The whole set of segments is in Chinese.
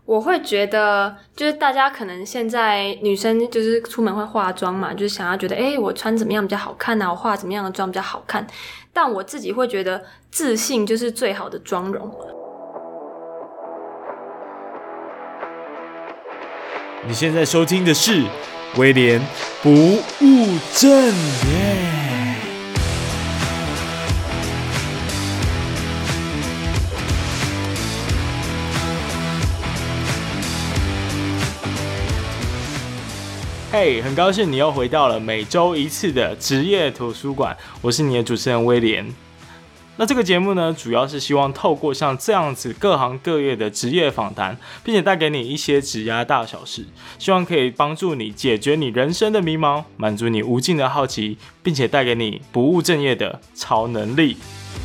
我会觉得就是大家可能现在女生就是出门会化妆嘛，就是想要觉得我穿怎么样比较好看啊，我化怎么样的妆比较好看，但我自己会觉得自信就是最好的妆容。 你现在收听的是威廉不务正业。嘿，很高兴你又回到了每周一次的职业图书馆，我是你的主持人威廉。那这个节目呢，主要是希望透过像这样子各行各业的职业访谈，并且带给你一些职涯大小事，希望可以帮助你解决你人生的迷茫，满足你无尽的好奇，并且带给你不务正业的超能力。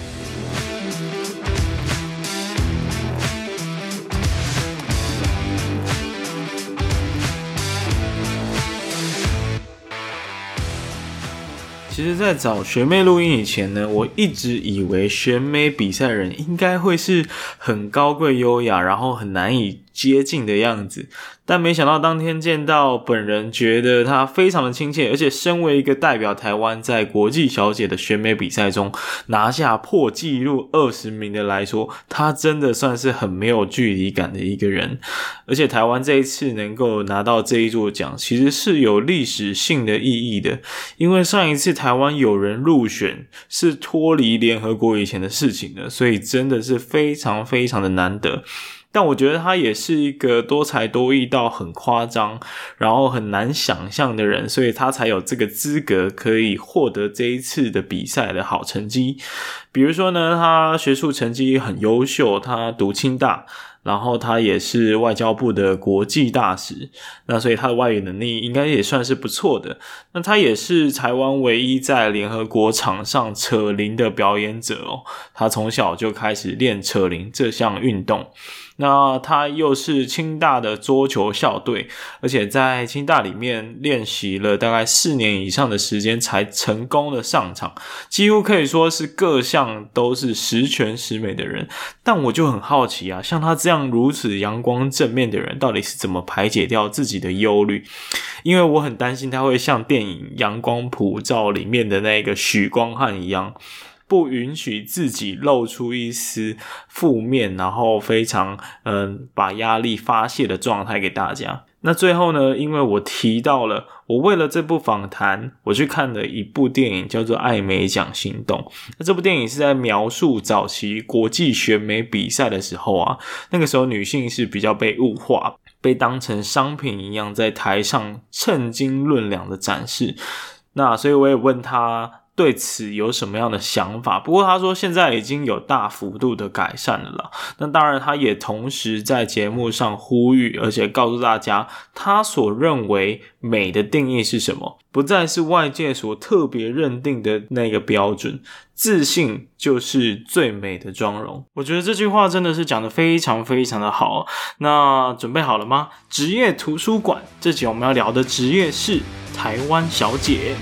其实在找学妹录音以前呢，我一直以为选美比赛人应该会是很高贵优雅，然后很难以接近的样子，但没想到当天见到本人，觉得他非常的亲切，而且身为一个代表台湾在国际小姐的选美比赛中拿下破纪录20名的来说，他真的算是很没有距离感的一个人。而且台湾这一次能够拿到这一座奖，其实是有历史性的意义的，因为上一次台湾有人入选是脱离联合国以前的事情了，所以真的是非常非常的难得。但我觉得他也是一个多才多艺到很夸张，然后很难想象的人，所以他才有这个资格可以获得这一次的比赛的好成绩。比如说呢，他学术成绩很优秀，他读清大，然后他也是外交部的国际大使，那所以他的外语能力应该也算是不错的。那他也是台湾唯一在联合国场上扯铃的表演者哦，他从小就开始练扯铃这项运动。那他又是清大的桌球校队，而且在清大里面练习了大概4年以上的时间才成功的上场，几乎可以说是各项都是十全十美的人。但我就很好奇啊，像他这样如此阳光正面的人，到底是怎么排解掉自己的忧虑？因为我很担心他会像电影《阳光普照》里面的那个许光汉一样，不允许自己露出一丝负面，然后非常把压力发泄的状态给大家。那最后呢，因为我提到了我为了这部访谈我去看了一部电影叫做《艾美奖行动》。那这部电影是在描述早期国际选美比赛的时候啊，那个时候女性是比较被物化，被当成商品一样在台上称斤论两的展示。那所以我也问他对此有什么样的想法，不过他说现在已经有大幅度的改善了啦。那当然他也同时在节目上呼吁，而且告诉大家他所认为美的定义是什么，不再是外界所特别认定的那个标准，自信就是最美的妆容。我觉得这句话真的是讲得非常非常的好。那准备好了吗？职业图书馆，这集我们要聊的职业是台湾小姐。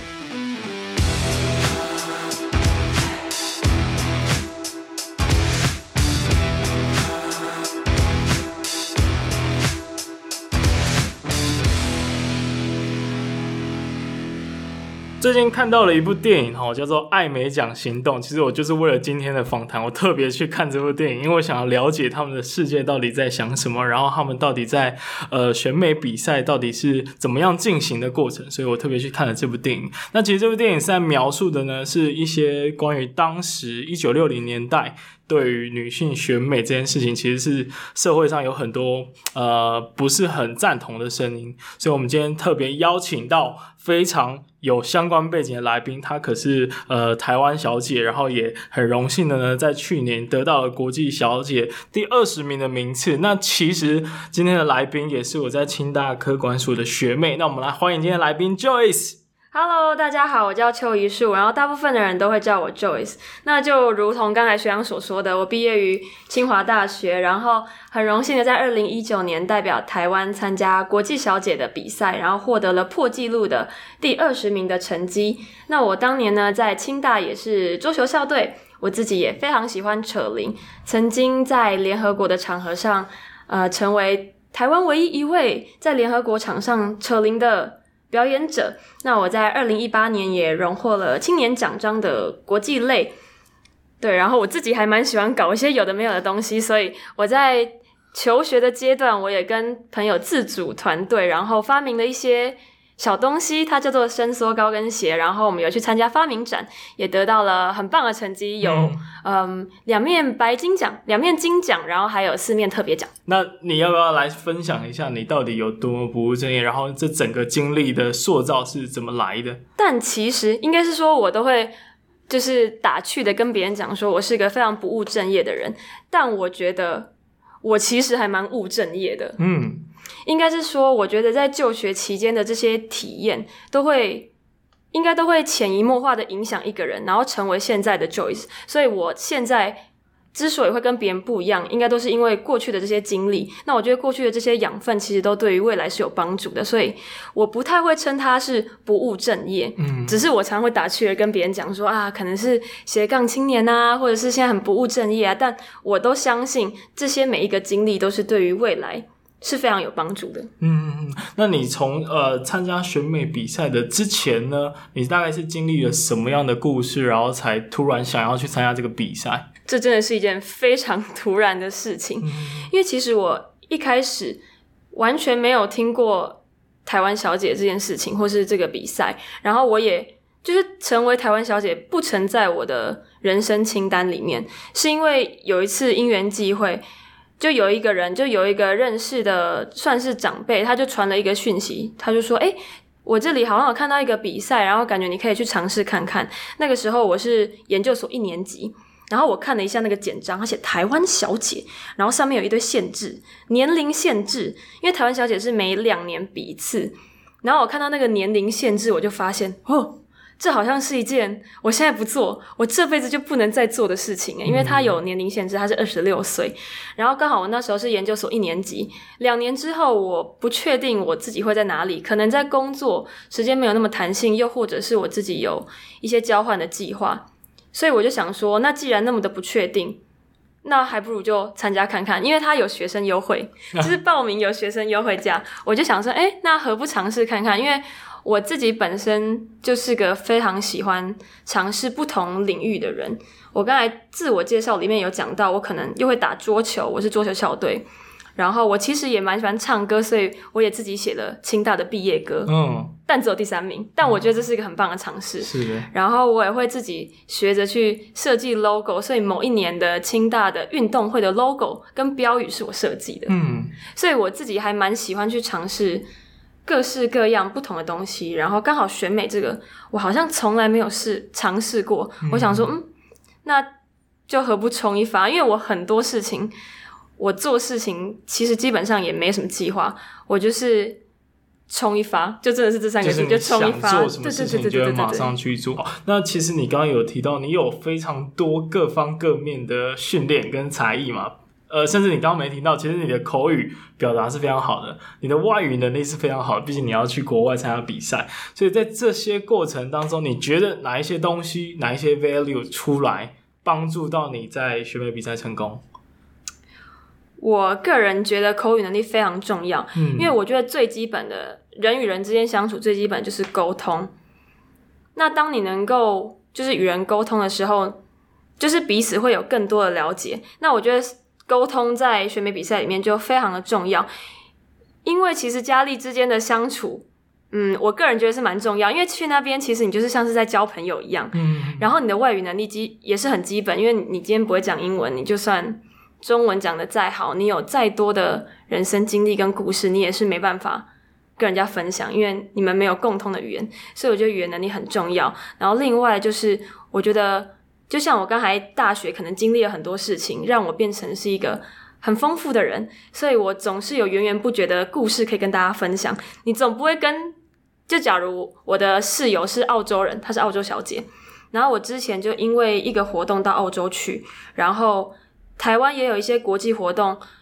最近看到了一部电影叫做《艾美奖行动》，其实我就是为了今天的访谈，我特别去看这部电影，因为我想要了解他们的世界到底在想什么，然后他们到底在选美比赛到底是怎么样进行的过程，所以我特别去看了这部电影。那其实这部电影是在描述的呢，是一些关于当时1960年代对于女性选美这件事情，其实是社会上有很多不是很赞同的声音，所以我们今天特别邀请到非常有相关背景的来宾，她可是台湾小姐，然后也很荣幸的呢，在去年得到了国际小姐第20名的名次。那其实今天的来宾也是我在清大科管所的学妹，那我们来欢迎今天的来宾 Joyce。Hello， 大家好，我叫邱怡树，然后大部分的人都会叫我 Joyce。那就如同刚才学长所说的，我毕业于清华大学，然后很荣幸的在2019年代表台湾参加国际小姐的比赛，然后获得了破纪录的第20名的成绩。那我当年呢，在清大也是桌球校队，我自己也非常喜欢扯铃，曾经在联合国的场合上，成为台湾唯一一位在联合国场上扯铃的表演者。那我在2018年也荣获了青年奖章的国际类。对，然后我自己还蛮喜欢搞一些有的没有的东西，所以我在求学的阶段，我也跟朋友自组团队，然后发明了一些小东西，它叫做伸缩高跟鞋，然后我们有去参加发明展，也得到了很棒的成绩，有2面白金奖，2面金奖，然后还有4面特别奖。 那你要不要来分享一下你到底有多么不务正业，然后这整个经历的塑造是怎么来的？ 但其实应该是说我都会就是打趣的跟别人讲说我是个非常不务正业的人，但我觉得我其实还蛮务正业的。应该是说我觉得在就学期间的这些体验应该都会潜移默化的影响一个人，然后成为现在的 Joyce。 所以我现在之所以会跟别人不一样，应该都是因为过去的这些经历。那我觉得过去的这些养分其实都对于未来是有帮助的，所以我不太会称它是不务正业。只是我常会打趣的跟别人讲说啊，可能是斜杠青年啊，或者是现在很不务正业啊，但我都相信这些每一个经历都是对于未来是非常有帮助的。 那你从参加选美比赛的之前呢，你大概是经历了什么样的故事，然后才突然想要去参加这个比赛？ 这真的是一件非常突然的事情。因为其实我一开始完全没有听过台湾小姐这件事情或是这个比赛，然后我也就是成为台湾小姐不曾在我的人生清单里面，是因为有一次因缘际会，就有一个认识的算是长辈，他就传了一个讯息，他就说我这里好像有看到一个比赛，然后感觉你可以去尝试看看。那个时候我是研究所1年级，然后我看了一下那个简章，他写台湾小姐，然后上面有一堆限制，年龄限制，因为台湾小姐是每2年比一次，然后我看到那个年龄限制，我就发现这好像是一件我现在不做我这辈子就不能再做的事情因为它有年龄限制，它是26岁，然后刚好我那时候是研究所1年级，2年之后我不确定我自己会在哪里，可能在工作时间没有那么弹性，又或者是我自己有一些交换的计划，所以我就想说那既然那么的不确定，那还不如就参加看看，因为它有学生优惠，就是报名有学生优惠价我就想说那何不尝试看看，因为我自己本身就是个非常喜欢尝试不同领域的人。我刚才自我介绍里面有讲到我可能又会打桌球，我是桌球校队，然后我其实也蛮喜欢唱歌，所以我也自己写了清大的毕业歌，但只有第3名，但我觉得这是一个很棒的尝试。 是的。 然后我也会自己学着去设计 logo， 所以某一年的清大的运动会的 logo 跟标语是我设计的。所以我自己还蛮喜欢去尝试各式各样不同的东西，然后刚好选美这个我好像从来没有尝试过，我想说那就何不冲一发，因为我很多事情我做事情其实基本上也没什么计划，我就是冲一发，就真的是这3个字，就冲一发， 想做什么事情你就会马上去做。那其实你刚刚有提到你有非常多各方各面的训练跟才艺嘛，甚至你刚刚没提到，其实你的口语表达是非常好的，你的外语能力是非常好的，毕竟你要去国外参加比赛，所以在这些过程当中，你觉得哪一些东西，哪一些 value 出来帮助到你在选美比赛成功？ 我个人觉得口语能力非常重要，因为我觉得最基本的人与人之间相处最基本就是沟通。那当你能够就是与人沟通的时候，就是彼此会有更多的了解，那我觉得沟通在选美比赛里面就非常的重要，因为其实佳丽之间的相处我个人觉得是蛮重要，因为去那边其实你就是像是在交朋友一样，然后你的外语能力也是很基本，因为你今天不会讲英文，你就算中文讲的再好，你有再多的人生经历跟故事，你也是没办法跟人家分享，因为你们没有共通的语言，所以我觉得语言能力很重要。然后另外就是我觉得就像我刚才大学可能经历了很多事情，让我变成是一个很丰富的人，所以我总是有源源不绝的故事可以跟大家分享。你总不会就假如我的室友是澳洲人，她是澳洲小姐，然后我之前就因为一个活动到澳洲去，然后台湾也有一些国际活动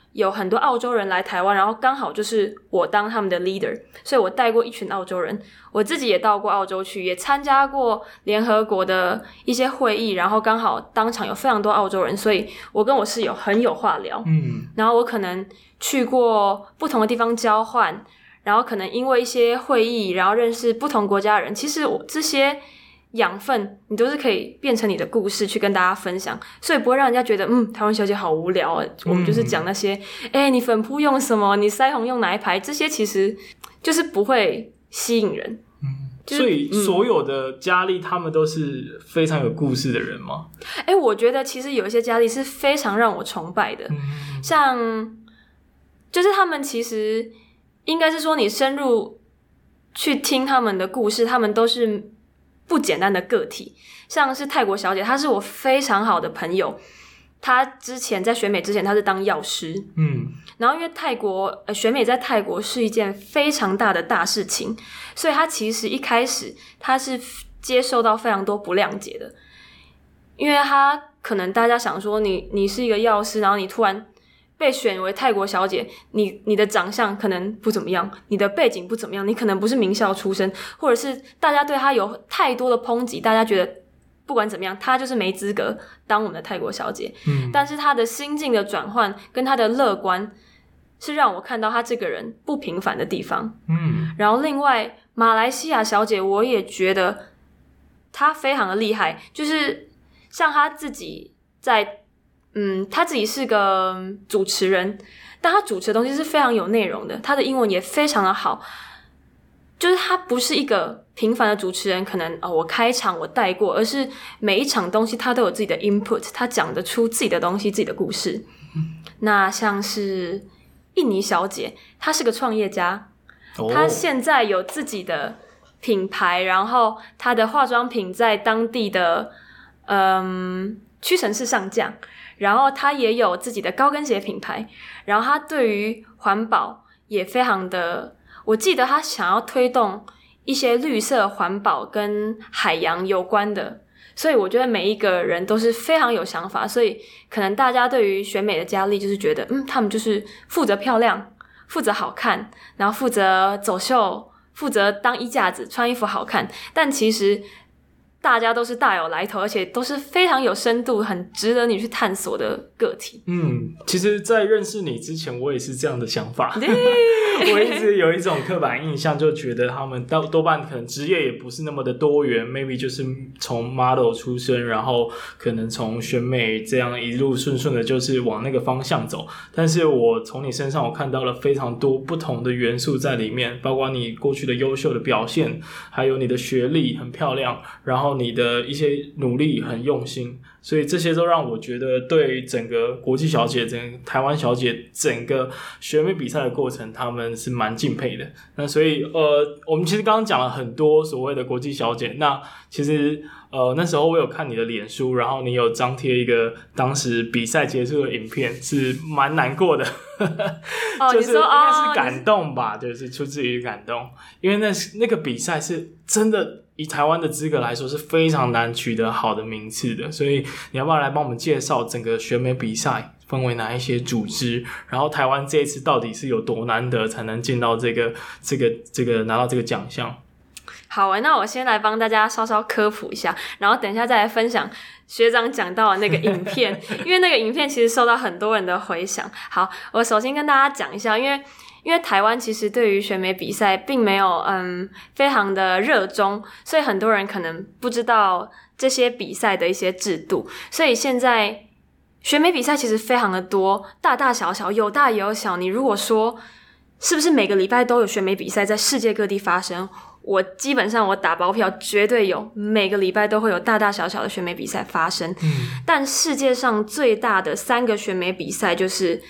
有很多澳洲人来台湾，然后刚好就是我当他们的 leader， 所以我带过一群澳洲人，我自己也到过澳洲去，也参加过联合国的一些会议，然后刚好当场有非常多澳洲人，所以我跟我室友很有话聊。然后我可能去过不同的地方交换，然后可能因为一些会议，然后认识不同国家的人，其实我这些养分你都是可以变成你的故事去跟大家分享，所以不会让人家觉得台湾小姐好无聊我们就是讲那些你粉扑用什么，你腮红用哪一排，这些其实就是不会吸引人。 所以所有的佳丽他们都是非常有故事的人吗？ 我觉得其实有一些佳丽是非常让我崇拜的，像就是他们其实应该是说你深入去听他们的故事，他们都是不简单的个体。像是泰国小姐，她是我非常好的朋友，她之前在选美之前她是当药师，然后因为泰国选美在泰国是一件非常大的大事情，所以她其实一开始她是接受到非常多不谅解的，因为她可能大家想说你是一个药师，然后你突然被选为泰国小姐，你的长相可能不怎么样，你的背景不怎么样，你可能不是名校出身，或者是大家对她有太多的抨击，大家觉得不管怎么样她就是没资格当我们的泰国小姐。但是她的心境的转换跟她的乐观是让我看到她这个人不平凡的地方。然后另外马来西亚小姐我也觉得她非常的厉害，就是像她自己在他自己是个主持人，但他主持的东西是非常有内容的，他的英文也非常的好，就是他不是一个平凡的主持人，可能我开场我带过，而是每一场东西他都有自己的 input， 他讲得出自己的东西，自己的故事。那像是印尼小姐，她是个创业家，她现在有自己的品牌，然后她的化妆品在当地的屈臣氏上架，然后他也有自己的高跟鞋品牌，然后他对于环保也非常的，我记得他想要推动一些绿色环保跟海洋有关的，所以我觉得每一个人都是非常有想法，所以可能大家对于选美的佳丽就是觉得他们就是负责漂亮，负责好看，然后负责走秀，负责当衣架子，穿衣服好看，但其实大家都是大有来头，而且都是非常有深度，很值得你去探索的个体。 其实在认识你之前我也是这样的想法我一直有一种刻板印象，就觉得他们多半可能职业也不是那么的多元， maybe 就是从 model 出身，然后可能从选美这样一路顺顺的就是往那个方向走。但是我从你身上我看到了非常多不同的元素在里面，包括你过去的优秀的表现，还有你的学历很漂亮，然后你的一些努力很用心，所以这些都让我觉得对整个国际小姐，整个台湾小姐，整个选美比赛的过程他们是蛮敬佩的。那所以我们其实刚刚讲了很多所谓的国际小姐，那其实那时候我有看你的脸书，然后你有张贴一个当时比赛结束的影片，是蛮难过的就是应该是感动吧，就是出自于感动，因为那个比赛是真的以台湾的资格来说是非常难取得好的名次的，所以你要不要来帮我们介绍整个选美比赛分为哪一些组织，然后台湾这一次到底是有多难得才能进到这个拿到这个奖项？ 好那我先来帮大家稍稍科普一下，然后等一下再来分享学长讲到的那个影片因为那个影片其实受到很多人的回响。好，我首先跟大家讲一下，因为台湾其实对于选美比赛并没有非常的热衷，所以很多人可能不知道这些比赛的一些制度，所以现在选美比赛其实非常的多，大大小小，有大也有小。你如果说是不是每个礼拜都有选美比赛在世界各地发生，我基本上我打包票绝对有，每个礼拜都会有大大小小的选美比赛发生。但世界上最大的3个选美比赛就是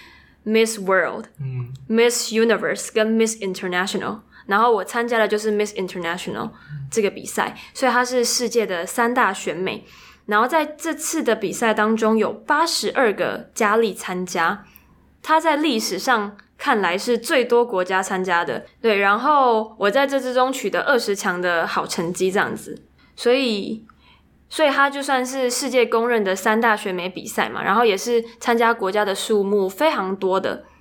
Miss World、Miss Universe 跟 Miss International， 然后我参加的就是 Miss International 这个比赛，所以它是世界的3大选美。然后在这次的比赛当中有82个佳丽参加，它在历史上看来是最多国家参加的，对，然后我在这之中取得20强的好成绩这样子，所以它就算是世界公认的3大选美比赛嘛，然后也是参加国家的数目非常多的。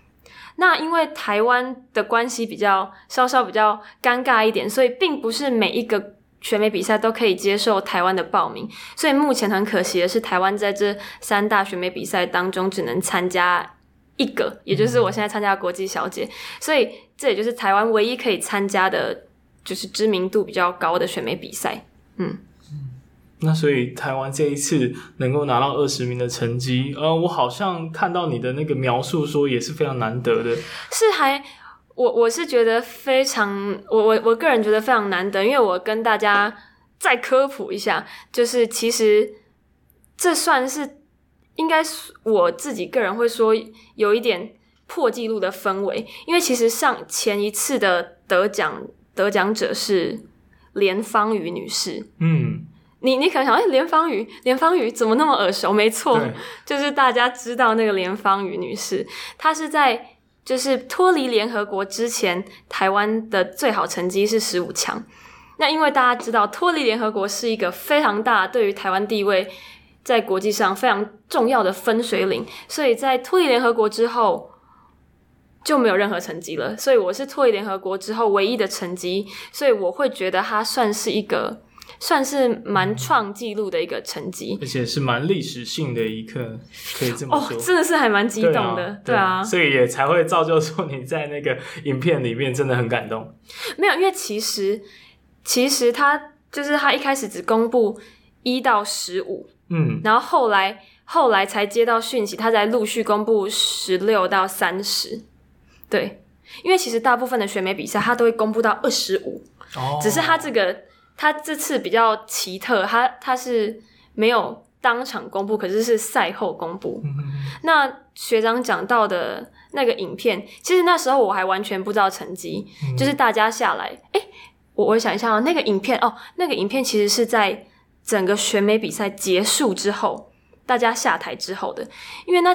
那因为台湾的关系稍稍比较尴尬一点，所以并不是每一个选美比赛都可以接受台湾的报名，所以目前很可惜的是，台湾在这3大选美比赛当中只能参加一个，也就是我现在参加的国际小姐，所以这也就是台湾唯一可以参加的就是知名度比较高的选美比赛。 那所以台湾这一次能够拿到20名的成绩，我好像看到你的那个描述说也是非常难得的。 是我是觉得非常，我个人觉得非常难得，因为我跟大家再科普一下，就是其实这算是应该是我自己个人会说有一点破纪录的氛围，因为其实前一次的得奖者是连芳瑜女士。你可能想，连芳瑜怎么那么耳熟？没错，就是大家知道那个连芳瑜女士，她是在就是脱离联合国之前，台湾的最好成绩是15强。那因为大家知道，脱离联合国是一个非常大对于台湾地位在国际上非常重要的分水岭，所以在脱离联合国之后就没有任何成绩了。所以我是脱离联合国之后唯一的成绩，所以我会觉得它算是蛮创纪录的一个成绩， 而且是蛮历史性的一刻，可以这么说。 真的是还蛮激动的，对啊， 所以也才会造就说你在那个影片里面真的很感动。 没有，因为其实他一开始只公布1到15，然后后来才接到讯息，他才陆续公布16到30，对，因为其实大部分的选美比赛他都会公布到25，只是他这次比较奇特，他是没有当场公布，可是赛后公布。那学长讲到的那个影片，其实那时候我还完全不知道成绩，就是大家下来，我想一下那个影片其实是在整个选美比赛结束之后，大家下台之后的，因为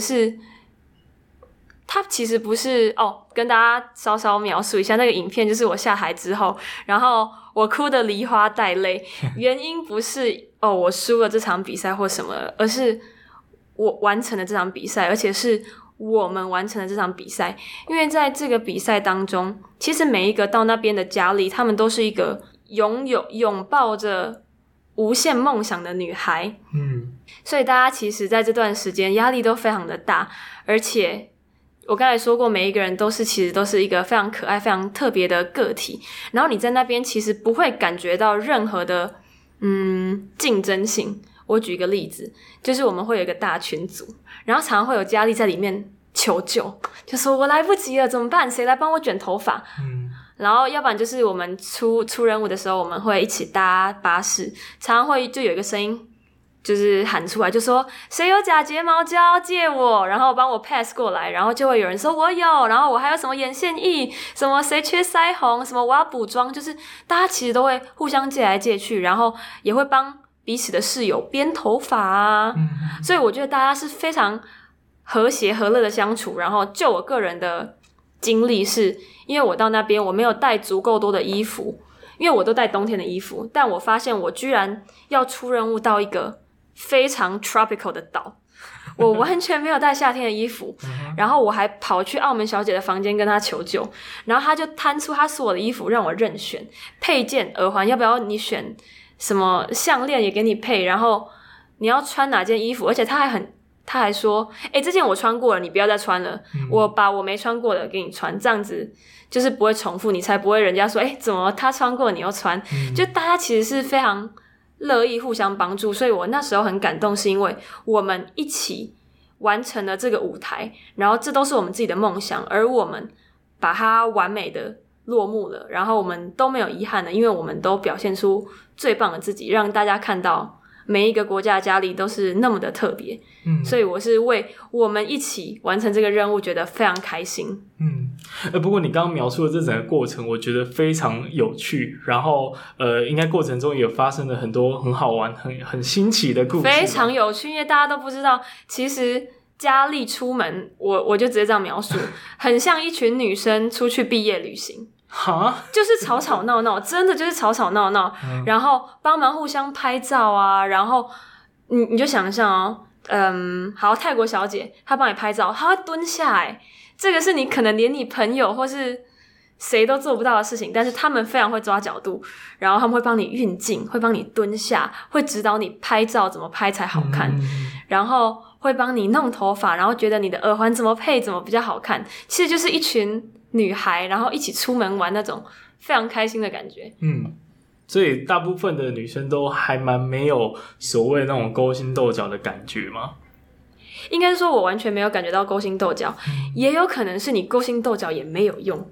它其实不是跟大家稍稍描述一下，那个影片就是我下台之后，然后我哭得梨花带泪，原因不是我输了这场比赛或什么，而是我完成了这场比赛，而且是我们完成了这场比赛。因为在这个比赛当中，其实每一个到那边的佳丽，她们都是一个拥抱着无限梦想的女孩，所以大家其实在这段时间压力都非常的大，而且我刚才说过，每一个人其实都是一个非常可爱非常特别的个体，然后你在那边其实不会感觉到任何的竞争性。我举一个例子，就是我们会有一个大群组，然后常常会有佳丽在里面求救，就说我来不及了怎么办，谁来帮我卷头发，然后要不然就是我们出任务的时候，我们会一起搭巴士，常常会就有一个声音就是喊出来，就说谁有假睫毛胶借我，然后帮我 pass 过来，然后就会有人说我有，然后我还有什么眼线液，什么谁缺腮红，什么我要补妆，就是大家其实都会互相借来借去，然后也会帮彼此的室友编头发啊，所以我觉得大家是非常和谐和乐的相处。然后就我个人的经历是，因为我到那边我没有带足够多的衣服，因为我都带冬天的衣服，但我发现我居然要出任务到一个非常 tropical 的岛，我完全没有带夏天的衣服，然后我还跑去澳门小姐的房间跟她求救，然后她就摊出她所有的衣服让我任选，配件、耳环要不要你选，什么项链也给你配，然后你要穿哪件衣服，而且她还说这件我穿过了，你不要再穿了，我把我没穿过的给你穿，这样子就是不会重复，你才不会人家说怎么他穿过了你又穿，就大家其实是非常乐意互相帮助，所以我那时候很感动，是因为我们一起完成了这个舞台，然后这都是我们自己的梦想，而我们把它完美的落幕了，然后我们都没有遗憾的，因为我们都表现出最棒的自己，让大家看到每一个国家的佳丽都是那么的特别，所以我是为我们一起完成这个任务觉得非常开心。 不过你刚刚描述的这整个过程我觉得非常有趣，然后应该过程中也有发生了很多很好玩很新奇的故事， 非常有趣，因为大家都不知道其实佳丽出门，我就直接这样描述很像一群女生出去毕业旅行，就是吵吵闹闹，真的就是吵吵闹闹，然后帮忙互相拍照啊，然后你就想象好，泰国小姐她帮你拍照，她会蹲下来这个是你可能连你朋友或是谁都做不到的事情，但是他们非常会抓角度，然后他们会帮你运镜，会帮你蹲下，会指导你拍照怎么拍才好看，然后会帮你弄头发，然后觉得你的耳环怎么配怎么比较好看，其实就是一群女孩然后一起出门玩那种非常开心的感觉。 所以大部分的女生都还蛮没有所谓那种勾心斗角的感觉吗？ 应该是说我完全没有感觉到勾心斗角，也有可能是你勾心斗角也没有用。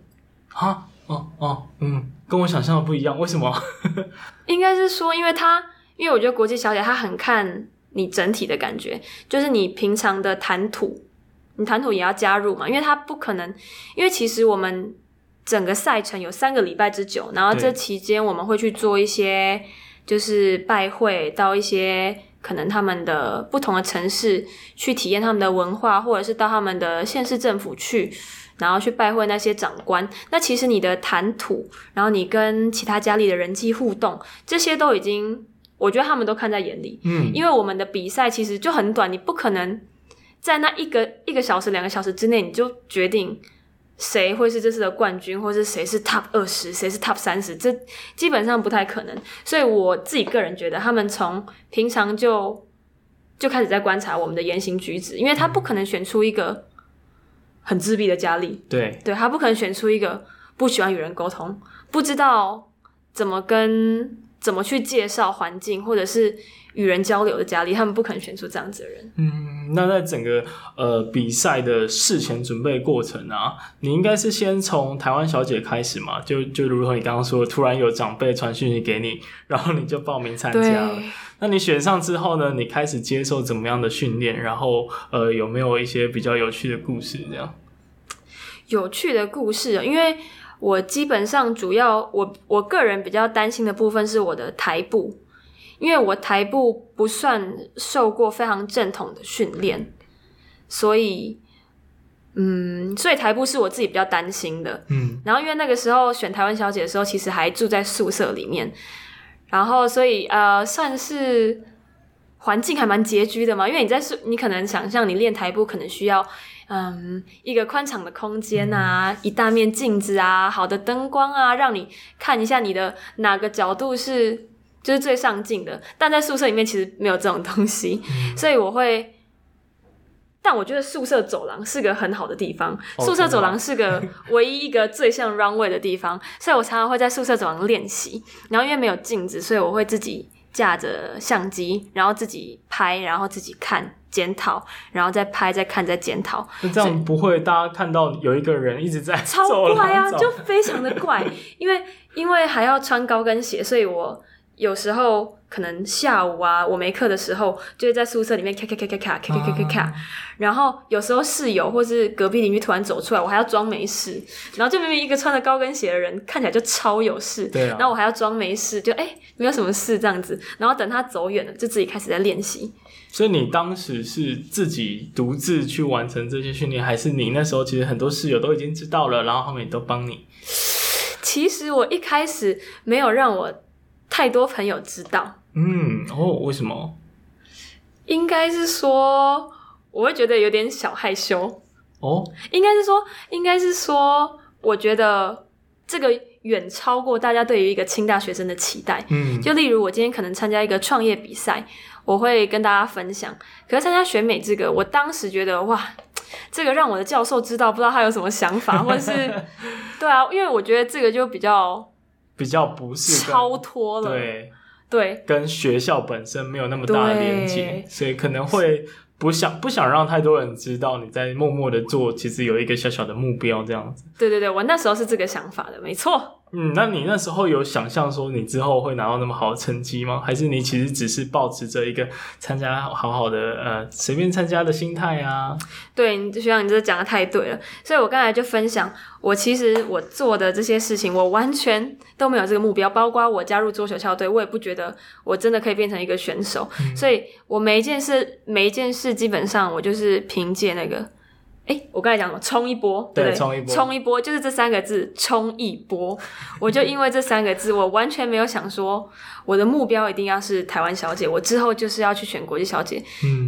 跟我想象的不一样，为什么？ 应该是说因为我觉得国际小姐她很看你整体的感觉，就是你平常的谈吐，你谈吐也要加入嘛，因为她不可能，因为其实我们整个赛程有3个礼拜之久，然后这期间我们会去做一些就是拜会到一些可能他们的不同的城市去体验他们的文化，或者是到他们的县市政府去，然后去拜会那些长官。那其实你的谈吐，然后你跟其他家里的人际互动，这些都已经我觉得他们都看在眼里。因为我们的比赛其实就很短，你不可能在那一个小时2个小时之内你就决定谁会是这次的冠军，或是谁是 Top 20，谁是 Top 30，这基本上不太可能。所以我自己个人觉得他们从平常就开始在观察我们的言行举止，因为他不可能选出一个很自闭的佳丽，对，他不可能选出一个不喜欢与人沟通，不知道怎么去介绍环境或者是与人交流的佳丽，他们不可能选出这样子的人。 那在整个比赛的事前准备过程啊，你应该是先从台湾小姐开始嘛，就如同你刚刚说，突然有长辈传讯息给你，然后你就报名参加了。那你选上之后呢，你开始接受怎么样的训练？然后有没有一些比较有趣的故事？这样有趣的故事，因为我基本上主要我个人比较担心的部分是我的台步，因为我台步不算受过非常正统的训练，所以台步是我自己比较担心的。然后因为那个时候选台湾小姐的时候，其实还住在宿舍里面，然后所以算是环境还蛮拮据的嘛，因为你可能想象你练台步可能需要一个宽敞的空间啊，一大面镜子啊，好的灯光啊，让你看一下你的哪个角度就是最上镜的，但在宿舍里面其实没有这种东西，所以但我觉得宿舍走廊是个很好的地方，宿舍走廊是个唯一一个最像 runway 的地方，所以我常常会在宿舍走廊练习，然后因为没有镜子，所以我会自己架着相机，然后自己拍，然后自己看检讨，然后再拍再看再检讨。 那这样不会大家看到有一个人一直在超怪啊，就非常的怪，因为还要穿高跟鞋，所以我有时候可能下午啊我没课的时候就会在宿舍里面咔，然后有时候室友或是隔壁邻居突然走出来，我还要装没事，然后就明明一个穿着高跟鞋的人看起来就超有事，然后我还要装没事，就没有什么事这样子，然后等他走远了就自己开始在练习。 所以你当时是自己独自去完成这些训练，还是你那时候其实很多室友都已经知道了，然后他们也都帮你？ 其实我一开始没有让我太多朋友知道。 为什么？ 应该是说我会觉得有点小害羞。应该是说我觉得这个远超过大家对于一个清大学生的期待。就例如我今天可能参加一个创业比赛，我会跟大家分享，可是参加选美这个，我当时觉得哇，这个让我的教授知道，不知道他有什么想法，或者是对啊，因为我觉得这个就比较不是超脱了，对， 跟学校本身没有那么大的连接，所以可能会不想让太多人知道你在默默的做，其实有一个小小的目标这样子。对， 我那时候是这个想法的，没错。 那你那时候有想象说你之后会拿到那么好的成绩吗？还是你其实只是抱持着一个参加好好的随便参加的心态啊？ 对，学长你这讲的太对了，所以我刚才就分享其实我做的这些事情我完全都没有这个目标，包括我加入桌球校队，我也不觉得我真的可以变成一个选手，所以我每一件事基本上我就是凭借那个我刚才讲什么？冲一波，对不对？冲一波就是这3个字，冲一波。我就因为这3个字，我完全没有想说我的目标一定要是台湾小姐，我之后就是要去选国际小姐。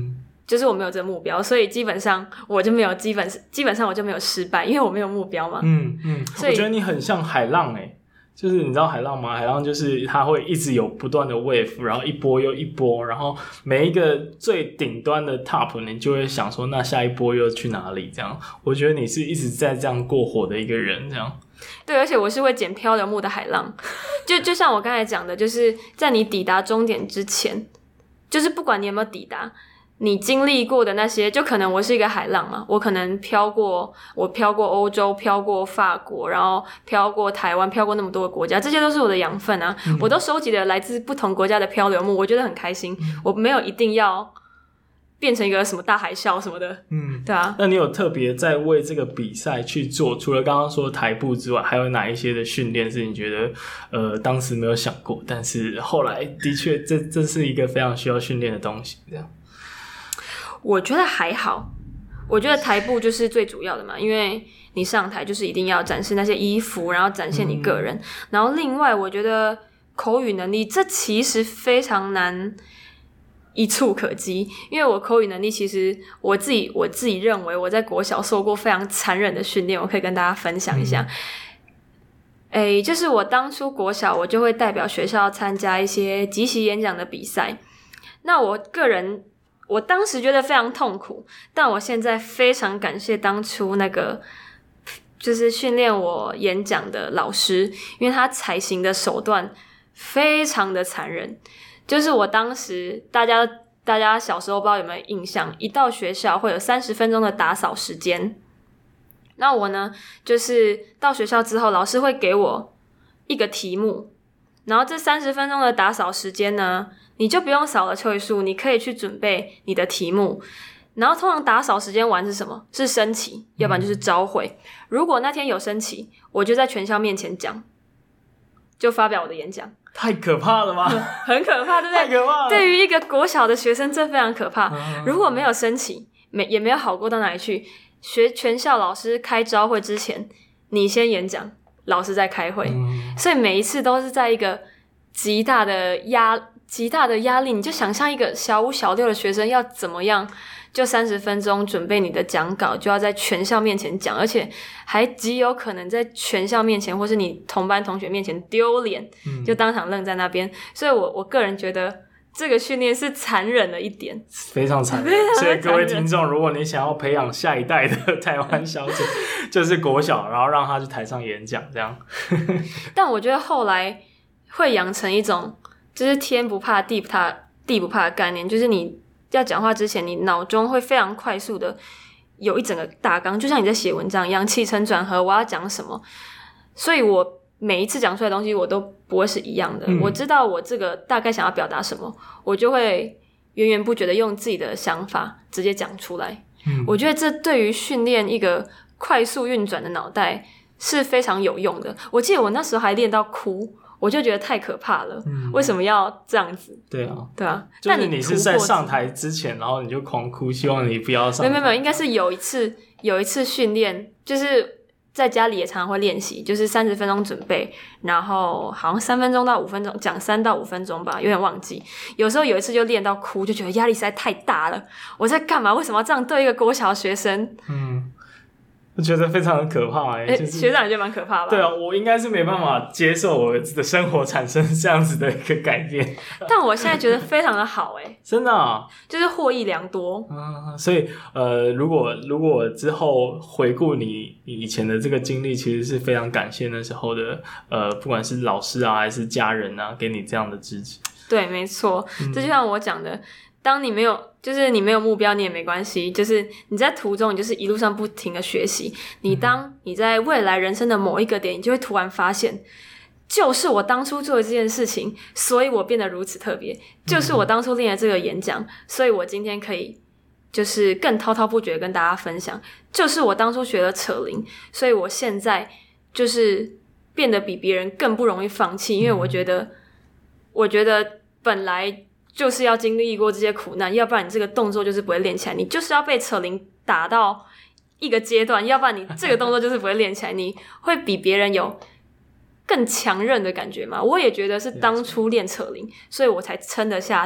就是我没有这个目标，所以基本上我就没有基本上我就没有失败，因为我没有目标嘛。 所以我觉得你很像海浪就是你知道海浪吗？海浪就是它会一直有不断的 wave， 然后一波又一波，然后每一个最顶端的 top， 你就会想说那下一波又去哪里？这样，我觉得你是一直在这样过火的一个人，这样。 对，而且我是会捡漂流木的海浪，就像我刚才讲的，就是在你抵达终点之前，就是不管你有没有抵达。你经历过的那些，就可能我是一个海浪嘛，我可能飘过欧洲，飘过法国，然后飘过台湾，飘过那么多个国家，这些都是我的养分啊，我都收集了来自不同国家的漂流木，我觉得很开心，我没有一定要变成一个什么大海啸什么的，对啊。 那你有特别在为这个比赛去做，除了刚刚说台步之外，还有哪一些的训练是你觉得当时没有想过，但是后来的确这是一个非常需要训练的东西，这样？ 我觉得还好，我觉得台步就是最主要的嘛，因为你上台就是一定要展示那些衣服，然后展现你个人，然后另外我觉得口语能力这其实非常难一触可及，因为我口语能力其实我自己认为我在国小受过非常残忍的训练，我可以跟大家分享一下。就是我当初国小我就会代表学校参加一些即席演讲的比赛，那我当时觉得非常痛苦，但我现在非常感谢当初那个就是训练我演讲的老师，因为他采行的手段非常的残忍。就是我当时大家小时候不知道有没有印象，一到学校会有30分钟的打扫时间，那我呢就是到学校之后老师会给我一个题目，然后这30分钟的打扫时间呢你就不用扫了秋一树，你可以去准备你的题目。然后通常打扫时间完是什么？是升旗，要不然就是朝会。如果那天有升旗，我就在全校面前讲，就发表我的演讲。 太可怕了吗？ 很可怕，对不对？ 太可怕了。 对于一个国小的学生，这非常可怕。如果没有升旗，也没有好过到哪里去。全校老师开朝会之前，你先演讲，老师在开会，所以每一次都是在一个极大的压力，你就想象一个小5小6的学生要怎么样，就30分钟准备你的讲稿，就要在全校面前讲，而且还极有可能在全校面前或是你同班同学面前丢脸，就当场愣在那边。所以我个人觉得这个训练是残忍了一点， 非常残忍。所以各位听众，如果你想要培养下一代的台湾小姐，就是国小，然后让他去台上演讲这样。 但我觉得后来会养成一种就是天不怕地不怕的概念，就是你要讲话之前，你脑中会非常快速的有一整个大纲，就像你在写文章一样，起承转合我要讲什么，所以我每一次讲出来的东西我都不会是一样的，我知道我这个大概想要表达什么，我就会源源不绝的用自己的想法直接讲出来。我觉得这对于训练一个快速运转的脑袋是非常有用的。我记得我那时候还练到哭，我就觉得太可怕了，为什么要这样子？ 对啊， 就是你是在上台之前，然后你就狂哭，希望你不要上台。 没有，应该是有一次训练，就是在家里也常常会练习，就是30分钟准备，然后好像3分钟到5分钟，讲3到5分钟吧，有点忘记。有时候有一次就练到哭，就觉得压力实在太大了，我在干嘛？为什么要这样对一个国小学生？ 我觉得非常的可怕就是学长也觉得蛮可怕吧？ 对啊，我应该是没办法接受我的生活产生这样子的一个改变。 但我现在觉得非常的好真的啊， 就是获益良多。 所以如果之后回顾你以前的这个经历，其实是非常感谢那时候的不管是老师啊还是家人啊，给你这样的支持。 对，没错，这就像我讲的。当你没有目标，你也没关系，就是你在途中，你就是一路上不停的学习。当你在未来人生的某一个点，你就会突然发现，就是我当初做的这件事情，所以我变得如此特别，就是我当初练的这个演讲，所以我今天可以就是更滔滔不绝跟大家分享，就是我当初学了扯铃，所以我现在就是变得比别人更不容易放弃，因为我觉得本来就是要经历过这些苦难，要不然你这个动作就是不会练起来，你就是要被扯铃打到一个阶段，要不然你这个动作就是不会练起来，你会比别人有更强韧的感觉嘛。我也觉得是当初练扯铃，所以我才撑得下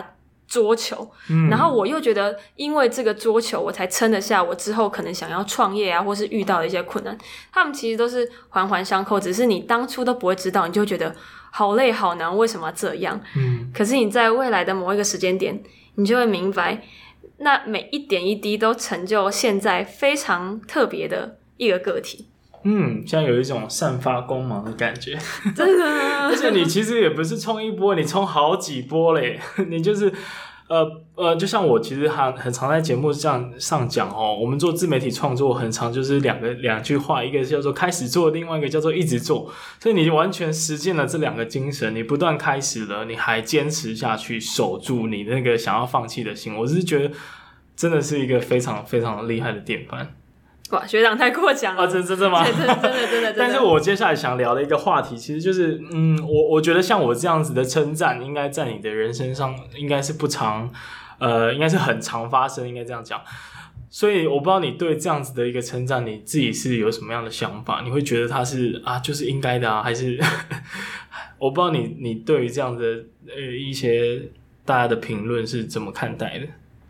桌球，然后我又觉得因为这个桌球我才撑得下我之后可能想要创业啊或是遇到的一些困难，他们其实都是环环相扣，只是你当初都不会知道，你就会觉得好累好难，为什么要这样？可是你在未来的某一个时间点你就会明白，那每一点一滴都成就现在非常特别的一个个体。 现在有一种散发光芒的感觉， 真的。 而且你其实也不是冲一波，你冲好几波嘞，你就是就像我其实很常在节目上讲哦，我们做自媒体创作很常就是两句话，一个叫做开始做，另外一个叫做一直做，所以你完全实践了这两个精神，你不断开始了，你还坚持下去，守住你那个想要放弃的心，我是觉得真的是一个非常非常厉害的典范。 哇，学长太过奖了！ 真的吗？ 真的。 但是我接下来想聊的一个话题，其实就是，我觉得像我这样子的称赞，应该在你的人生上，应该是不常，应该是很常发生，应该这样讲。所以我不知道你对这样子的一个称赞，你自己是有什么样的想法？你会觉得它是就是应该的还是我不知道你对于这样的一些大家的评论是怎么看待的？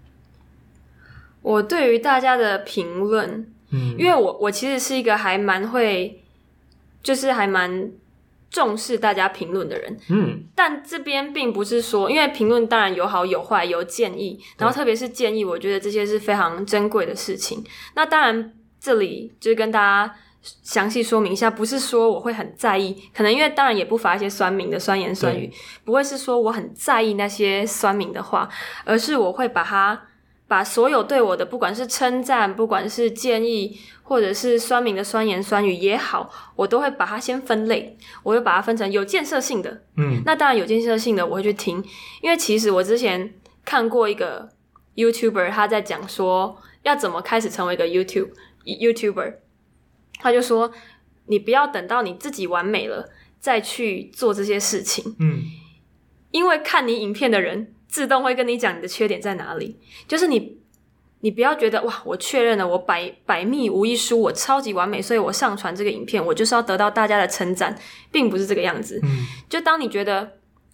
我对于大家的评论。因为我其实是一个还蛮会，就是还蛮重视大家评论的人。但这边并不是说，因为评论当然有好有坏，有建议，然后特别是建议，我觉得这些是非常珍贵的事情。那当然这里就是跟大家详细说明一下，不是说我会很在意，可能因为当然也不乏一些酸民的酸言酸语，不会是说我很在意那些酸民的话，而是我会把所有对我的不管是称赞，不管是建议，或者是酸民的酸言酸语也好，我都会把它先分类，我会把它分成有建设性的。那当然有建设性的我会去听，因为其实我之前看过一个 YouTuber 他在讲说要怎么开始成为一个 YouTuber， 他就说你不要等到你自己完美了再去做这些事情，因为看你影片的人自动会跟你讲你的缺点在哪里，就是你不要觉得哇，我确认了我百密无一疏，我超级完美，所以我上传这个影片我就是要得到大家的称赞，并不是这个样子。就当你觉得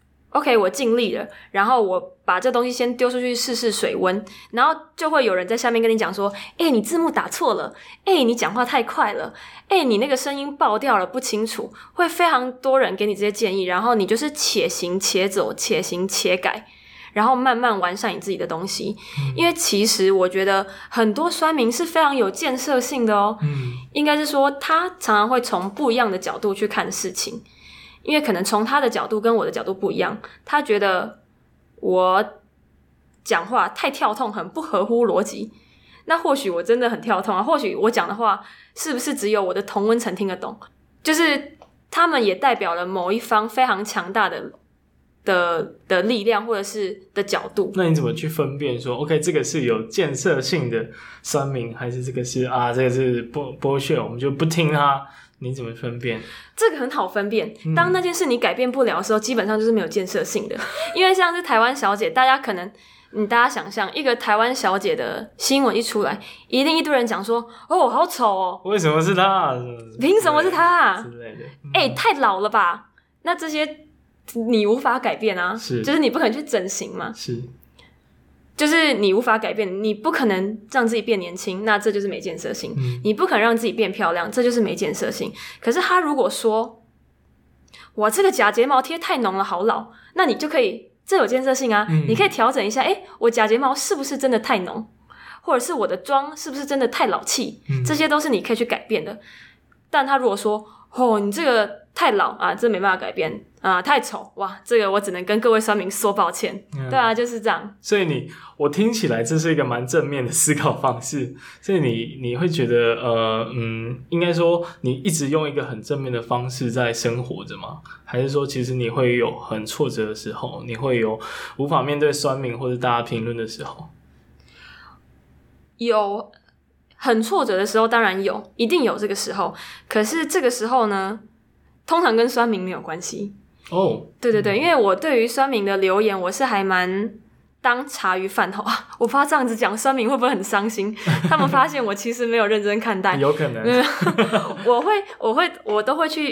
OK 我尽力了，然后我把这东西先丢出去试试水温，然后就会有人在下面跟你讲说你字幕打错了，你讲话太快了，你那个声音爆掉了不清楚，会非常多人给你这些建议，然后你就是且行且走，且行且改，然后慢慢完善你自己的东西。因为其实我觉得很多酸民是非常有建设性的哦。应该是说他常常会从不一样的角度去看事情，因为可能从他的角度跟我的角度不一样，他觉得我讲话太跳痛，很不合乎逻辑，那或许我真的很跳痛啊，或许我讲的话是不是只有我的同温层听得懂，就是他们也代表了某一方非常强大的力量或者是的角度。 那你怎么去分辨说 OK 这个是有建设性的酸民，还是这个是这个是剥削，我们就不听他？你怎么分辨？ 这个很好分辨，当那件事你改变不了的时候，基本上就是没有建设性的。因为像是台湾小姐，大家可能大家想象一个台湾小姐的新闻一出来，一定一堆人讲说好丑哦， 为什么是她？ 凭什么是她之类的。 太老了吧？那这些你无法改变啊，就是你不可能去整形嘛，就是你无法改变，你不可能让自己变年轻，那这就是没建设性。你不可能让自己变漂亮，这就是没建设性。可是他如果说我这个假睫毛贴太浓了好老，那你就可以，这有建设性啊。你可以调整一下，我假睫毛是不是真的太浓，或者是我的妆是不是真的太老气，这些都是你可以去改变的。但他如果说你这个太老啊，这没办法改变啊，太丑，哇，这个我只能跟各位酸民说抱歉。对啊，就是这样。 所以我听起来这是一个蛮正面的思考方式，所以你会觉得应该说你一直用一个很正面的方式在生活着吗？还是说其实你会有很挫折的时候，你会有无法面对酸民或者大家评论的时候？ 有很挫折的时候，当然有，一定有这个时候。可是这个时候呢，通常跟酸民没有关系。对，因为我对于酸民的留言，我是还蛮当茶余饭后啊。我怕这样子讲，酸民会不会很伤心？他们发现我其实没有认真看待， 有可能。 我都会去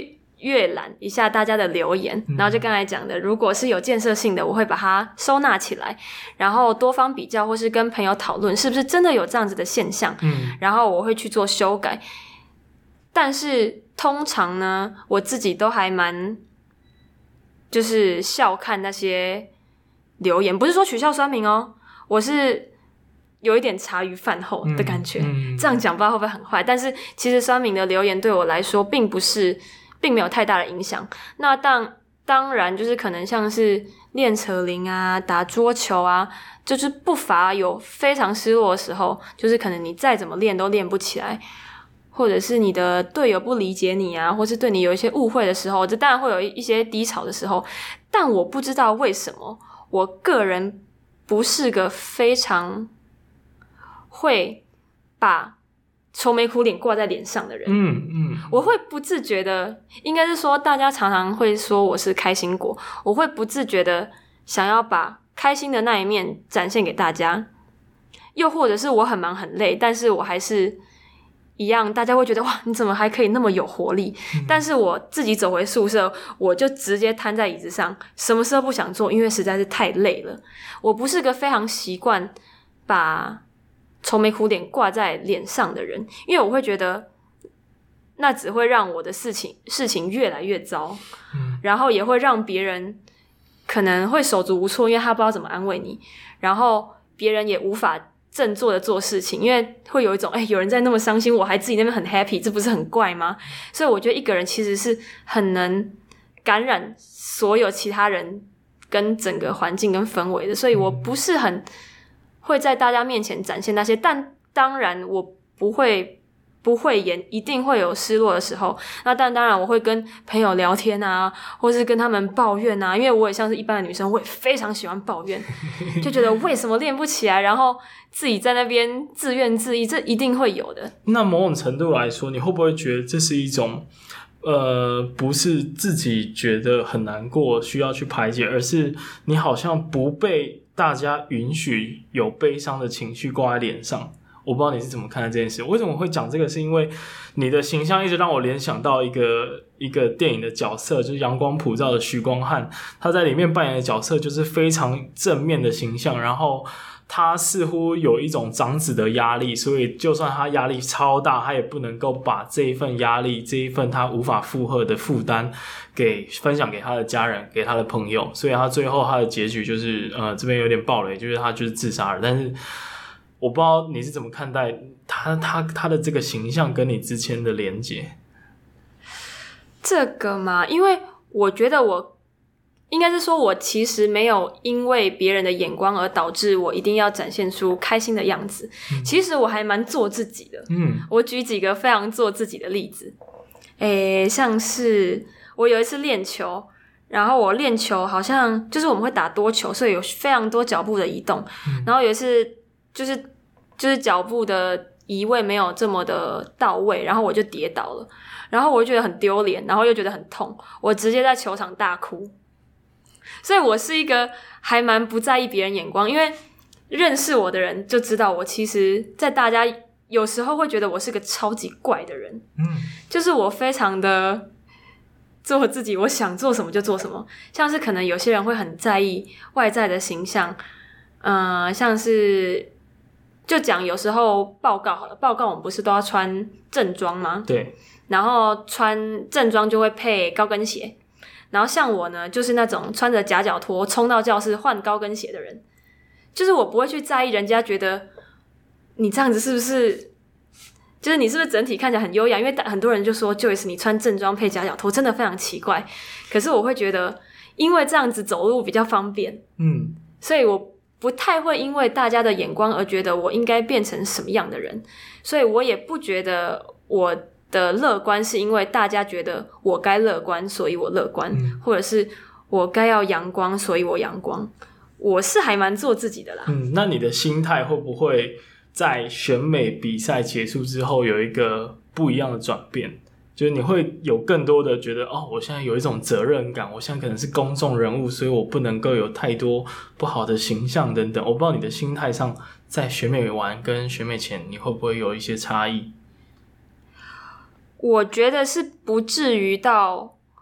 阅览一下大家的留言，然后就刚才讲的，如果是有建设性的，我会把它收纳起来，然后多方比较或是跟朋友讨论是不是真的有这样子的现象，然后我会去做修改。但是通常呢，我自己都还蛮就是笑看那些留言，不是说取笑酸民哦，我是有一点茶余饭后的感觉，这样讲不知道会不会很坏，但是其实酸民的留言对我来说并没有太大的影响。那当然就是可能像是练扯铃啊、打桌球啊，就是不乏有非常失落的时候，就是可能你再怎么练都练不起来，或者是你的队友不理解你啊，或是对你有一些误会的时候，这当然会有一些低潮的时候。但我不知道为什么我个人不是个非常会把愁眉苦脸挂在脸上的人，我会不自觉的，应该是说大家常常会说我是开心果，我会不自觉的想要把开心的那一面展现给大家，又或者是我很忙很累，但是我还是一样，大家会觉得哇，你怎么还可以那么有活力？但是我自己走回宿舍，我就直接瘫在椅子上，什么事都不想做，因为实在是太累了。我不是个非常习惯把愁眉苦脸挂在脸上的人，因为我会觉得那只会让我的事情越来越糟，然后也会让别人可能会手足无措，因为他不知道怎么安慰你，然后别人也无法振作的做事情，因为会有一种有人在那么伤心，我还自己那边很 happy， 这不是很怪吗？所以我觉得一个人其实是很能感染所有其他人跟整个环境跟氛围的，所以我不是很会在大家面前展现那些，但当然我不会演，一定会有失落的时候。那但当然我会跟朋友聊天啊，或是跟他们抱怨啊，因为我也像是一般的女生，我也非常喜欢抱怨，就觉得为什么练不起来，然后自己在那边自怨自艾，这一定会有的。 那某种程度来说，你会不会觉得这是一种不是自己觉得很难过需要去排解，而是你好像不被大家允许有悲伤的情绪挂在脸上？我不知道你是怎么看待这件事。为什么会讲这个，是因为你的形象一直让我联想到一个电影的角色，就是阳光普照的许光汉，他在里面扮演的角色就是非常正面的形象，然后他似乎有一种长子的压力，所以就算他压力超大，他也不能够把这一份压力，这一份他无法负荷的负担给分享给他的家人，给他的朋友，所以他最后他的结局就是这边有点爆雷，就是他就是自杀了。但是我不知道你是怎么看待他的这个形象跟你之间的连结。 这个嘛，因为我觉得我应该是说，我其实没有因为别人的眼光而导致我一定要展现出开心的样子。其实我还蛮做自己的。我举几个非常做自己的例子。像是我有一次练球，然后我练球好像就是我们会打多球，所以有非常多脚步的移动。然后有一次就是脚步的移位没有这么的到位，然后我就跌倒了，然后我就觉得很丢脸，然后又觉得很痛，我直接在球场大哭。所以我是一个还蛮不在意别人眼光，因为认识我的人就知道我其实在大家有时候会觉得我是个超级怪的人。就是我非常的做自己，我想做什么就做什么。像是可能有些人会很在意外在的形象，像是就讲有时候报告好了，报告我们不是都要穿正装吗？ 对。 然后穿正装就会配高跟鞋，然后像我呢，就是那种穿着夹脚拖冲到教室换高跟鞋的人。就是我不会去在意人家觉得你这样子是不是，就是你是不是整体看起来很优雅，因为很多人就说 Joyce 你穿正装配夹脚拖真的非常奇怪。可是我会觉得因为这样子走路比较方便，所以我不太会因为大家的眼光而觉得我应该变成什么样的人，所以我也不觉得我的乐观是因为大家觉得我该乐观所以我乐观，或者是我该要阳光所以我阳光。我是还蛮做自己的啦。 那你的心态会不会在选美比赛结束之后有一个不一样的转变？就是你会有更多的觉得我现在有一种责任感，我现在可能是公众人物，所以我不能够有太多不好的形象等等。我不知道你的心态上在选美完跟选美前你会不会有一些差异？ 我觉得是不至于到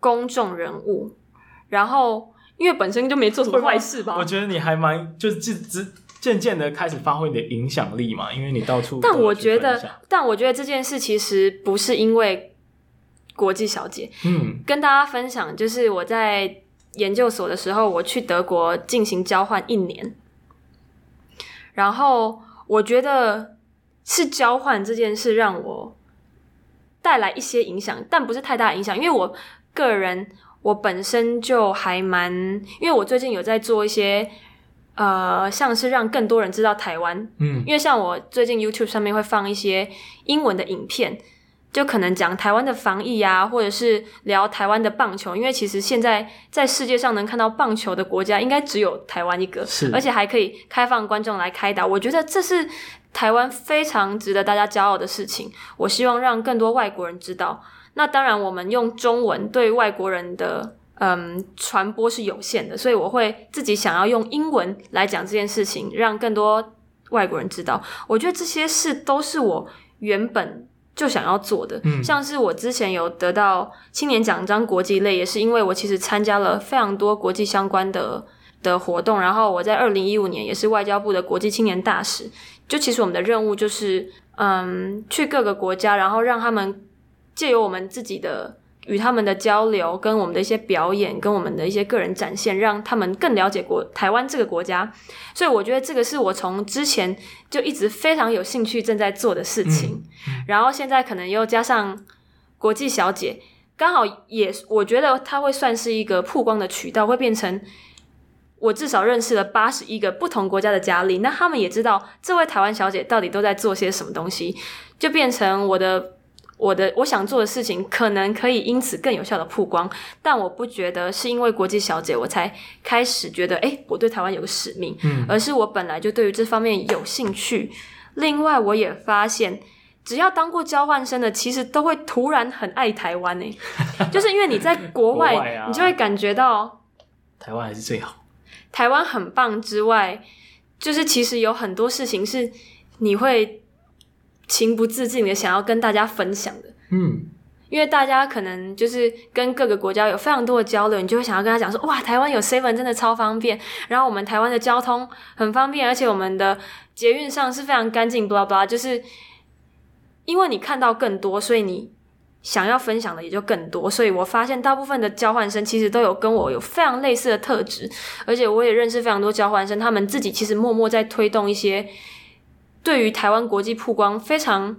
公众人物，然后因为本身就没做什么坏事吧。 我觉得你还蛮就是渐渐的开始发挥你的影响力嘛，因为你到处但我觉得这件事其实不是因为国际小姐。跟大家分享，就是我在研究所的时候，我去德国进行交换1年，然后我觉得是交换这件事让我带来一些影响，但不是太大的影响，因为我个人我本身就还蛮，因为我最近有在做一些像是让更多人知道台湾，因为像我最近 YouTube 上面会放一些英文的影片，就可能讲台湾的防疫啊，或者是聊台湾的棒球，因为其实现在在世界上能看到棒球的国家应该只有台湾一个，而且还可以开放观众来开打，我觉得这是台湾非常值得大家骄傲的事情，我希望让更多外国人知道。那当然我们用中文对外国人的传播是有限的，所以我会自己想要用英文来讲这件事情，让更多外国人知道。我觉得这些事都是我原本就想要做的，像是我之前有得到青年奖章国际类，也是因为我其实参加了非常多国际相关的活动，然后我在2015年也是外交部的国际青年大使，就其实我们的任务就是去各个国家，然后让他们借由我们自己的与他们的交流，跟我们的一些表演，跟我们的一些个人展现，让他们更了解台湾这个国家。所以我觉得这个是我从之前就一直非常有兴趣正在做的事情，然后现在可能又加上国际小姐，刚好也我觉得它会算是一个曝光的渠道，会变成我至少认识了81个不同国家的佳丽，那他们也知道这位台湾小姐到底都在做些什么东西，就变成我想做的事情可能可以因此更有效的曝光，但我不觉得是因为国际小姐我才开始觉得我对台湾有个使命，而是我本来就对于这方面有兴趣。另外我也发现只要当过交换生的其实都会突然很爱台湾就是因为你在国外你就会感觉到台湾还是最好， 台湾很棒之外，就是其实有很多事情是你会情不自禁的想要跟大家分享的，因为大家可能就是跟各个国家有非常多的交流，你就会想要跟他讲说，哇，台湾有 7 真的超方便，然后我们台湾的交通很方便，而且我们的捷运上是非常干净 blah blah， 就是因为你看到更多，所以你想要分享的也就更多，所以我发现大部分的交换生其实都有跟我有非常类似的特质，而且我也认识非常多交换生，他们自己其实默默在推动一些对于台湾国际曝光非常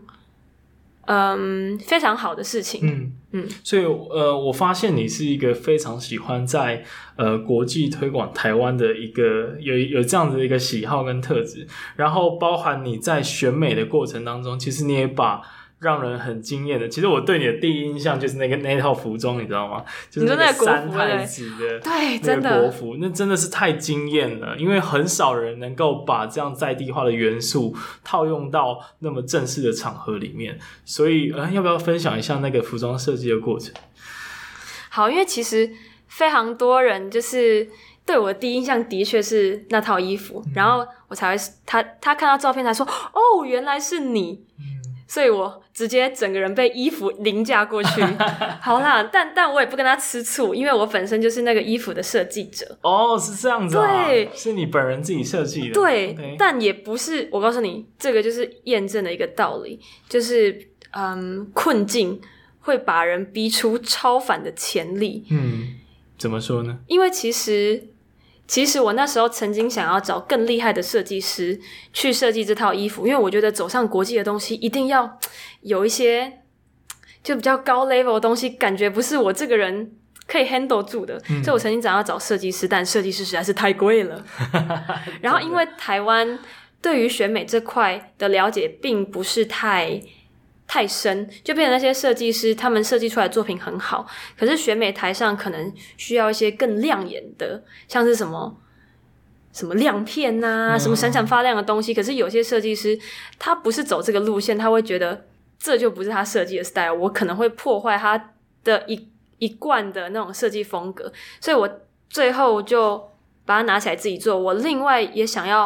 好的事情。 所以我发现你是一个非常喜欢在国际推广台湾的一个有这样子的一个喜好跟特质，然后包含你在选美的过程当中，其实你也把让人很惊艳的，其实我对你的第一印象就是那套服装，你知道吗？就是那个三太子的对，真的那个国服，那真的是太惊艳了，因为很少人能够把这样在地化的元素套用到那么正式的场合里面，所以要不要分享一下那个服装设计的过程？ 好，因为其实非常多人就是对我的第一印象的确是那套衣服，然后我才会他看到照片才说，哦，原来是你。所以我直接整个人被衣服凌驾过去。好啦，但我也不跟他吃醋，因为我本身就是那个衣服的设计者。 是这样子啊？对，是你本人自己设计的。 对， okay. 但也不是，我告诉你，这个就是验证的一个道理，就是困境会把人逼出超凡的潜力。 怎么说呢？ 因为其实我那时候曾经想要找更厉害的设计师去设计这套衣服，因为我觉得走上国际的东西一定要有一些就比较高 level 的东西，感觉不是我这个人可以 handle 住的，所以我曾经想要找设计师，但设计师实在是太贵了。然后因为台湾对于选美这块的了解并不是太深，就变成那些设计师他们设计出来的作品很好，可是选美台上可能需要一些更亮眼的，像是什么亮片啊，什么闪闪发亮的东西，可是有些设计师他不是走这个路线，他会觉得这就不是他设计的 style， 我可能会破坏他的一贯的那种设计风格，所以我最后就把它拿起来自己做。我另外也想要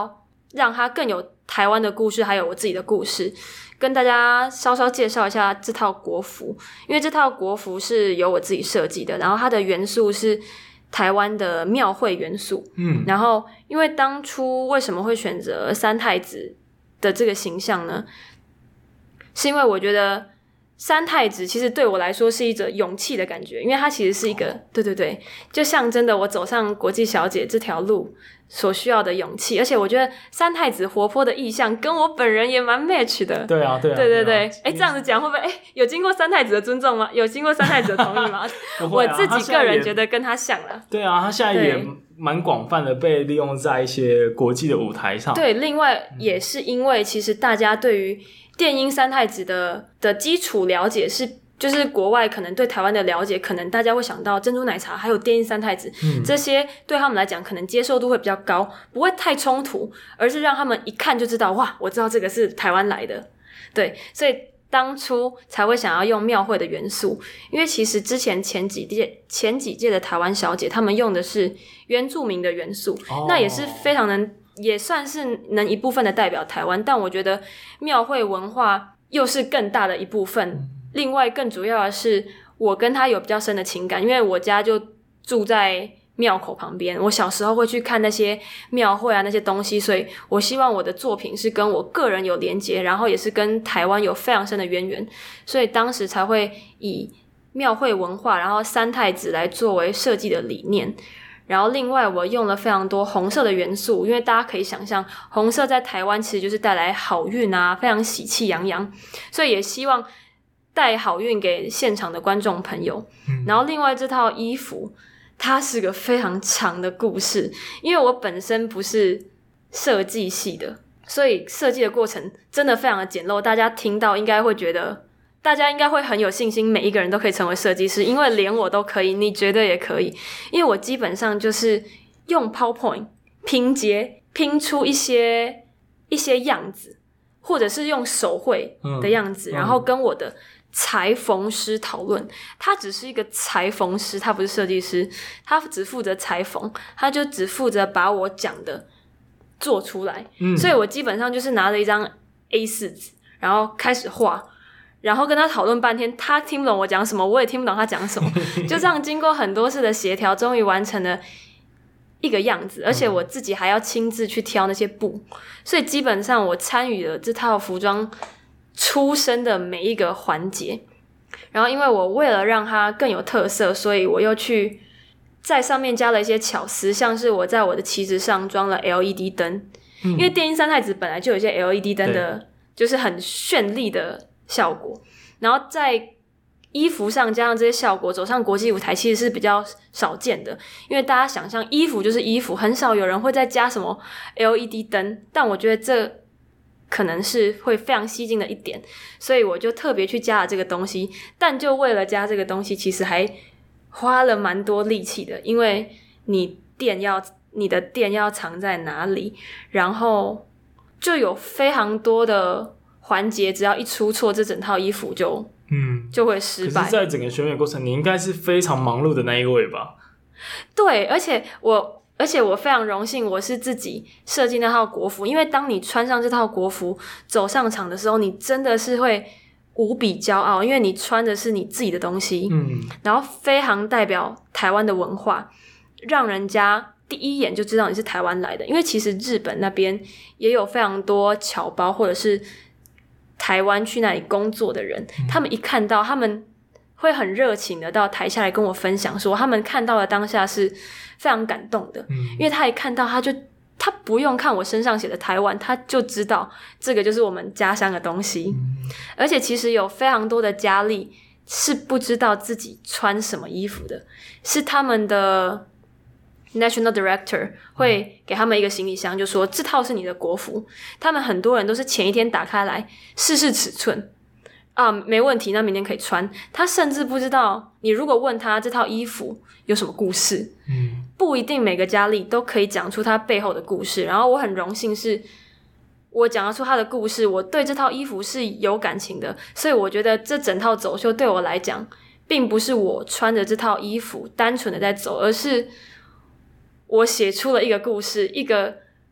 让它更有台湾的故事，还有我自己的故事。跟大家稍稍介绍一下这套国服，因为这套国服是由我自己设计的，然后它的元素是台湾的庙会元素。然后因为当初为什么会选择三太子的这个形象呢？是因为我觉得三太子其实对我来说是一种勇气的感觉，因为它其实是一个对，就象征的我走上国际小姐这条路所需要的勇气。而且我觉得三太子活泼的意象跟我本人也蛮 match 的。 对啊对， 这样子讲会不会有经过三太子的尊重吗？有经过三太子的同意吗？我自己个人觉得跟他像了。 对啊，他现在也蛮广泛的被利用在一些国际的舞台上。 对，另外也是因为其实大家对于电音三太子的基础了解就是国外可能对台湾的了解，可能大家会想到珍珠奶茶还有电音三太子，这些对他们来讲可能接受度会比较高，不会太冲突，而是让他们一看就知道，哇，我知道这个是台湾来的。对，所以当初才会想要用庙会的元素，因为其实之前前几届的台湾小姐他们用的是原住民的元素，那也是非常也算是能一部分的代表台湾，但我觉得庙会文化又是更大的一部分。另外更主要的是我跟他有比较深的情感，因为我家就住在庙口旁边，我小时候会去看那些庙会啊那些东西，所以我希望我的作品是跟我个人有连结，然后也是跟台湾有非常深的渊源，所以当时才会以庙会文化然后三太子来作为设计的理念。然后另外我用了非常多红色的元素，因为大家可以想象红色在台湾其实就是带来好运啊，非常喜气洋洋，所以也希望带好运给现场的观众朋友。然后另外这套衣服它是个非常长的故事，因为我本身不是设计系的，所以设计的过程真的非常的简陋，大家听到应该会觉得大家应该会很有信心每一个人都可以成为设计师，因为连我都可以，你绝对也可以。因为我基本上就是用 PowerPoint 拼接拼出一些样子，或者是用手绘的样子，然后跟我的裁缝师讨论。他只是一个裁缝师，他不是设计师，他只负责裁缝，他就只负责把我讲的做出来。所以我基本上就是拿了一张 A4 纸，然后开始画，然后跟他讨论半天，他听不懂我讲什么，我也听不懂他讲什么，就这样经过很多次的协调，终于完成了一个样子。而且我自己还要亲自去挑那些布，所以基本上我参与了这套服装出身的每一个环节。然后因为我为了让它更有特色，所以我又去在上面加了一些巧思，像是我在我的旗子上装了 LED 灯，因为电音三太子本来就有一些 LED 灯的就是很绚丽的效果，然后在衣服上加上这些效果，走上国际舞台其实是比较少见的。因为大家想象衣服就是衣服，很少有人会再加什么 LED 灯，但我觉得这可能是会非常吸睛的一点，所以我就特别去加了这个东西。但就为了加这个东西，其实还花了蛮多力气的，因为你的店要藏在哪里，然后就有非常多的环节，只要一出错，这整套衣服就会失败。 可是在整个选美过程，你应该是非常忙碌的那一位吧？ 对，而且我非常荣幸，我是自己设计那套国服，因为当你穿上这套国服走上场的时候，你真的是会无比骄傲，因为你穿的是你自己的东西，然后非常代表台湾的文化，让人家第一眼就知道你是台湾来的。因为其实日本那边也有非常多侨胞或者是台湾去那里工作的人，他们一看到，他们会很热情的到台下来跟我分享说他们看到的当下是非常感动的，因为他一看到他不用看我身上写的台湾，他就知道这个就是我们家乡的东西。而且其实有非常多的佳丽是不知道自己穿什么衣服的，是他们的 National Director 会给他们一个行李箱，就说这套是你的国服。他们很多人都是前一天打开来试试尺寸啊，没问题，那明天可以穿。他甚至不知道，你如果问他这套衣服有什么故事，不一定每个佳丽都可以讲出他背后的故事。然后我很荣幸是我讲得出他的故事，我对这套衣服是有感情的，所以我觉得这整套走秀对我来讲并不是我穿着这套衣服单纯的在走，而是我写出了一个故事，一个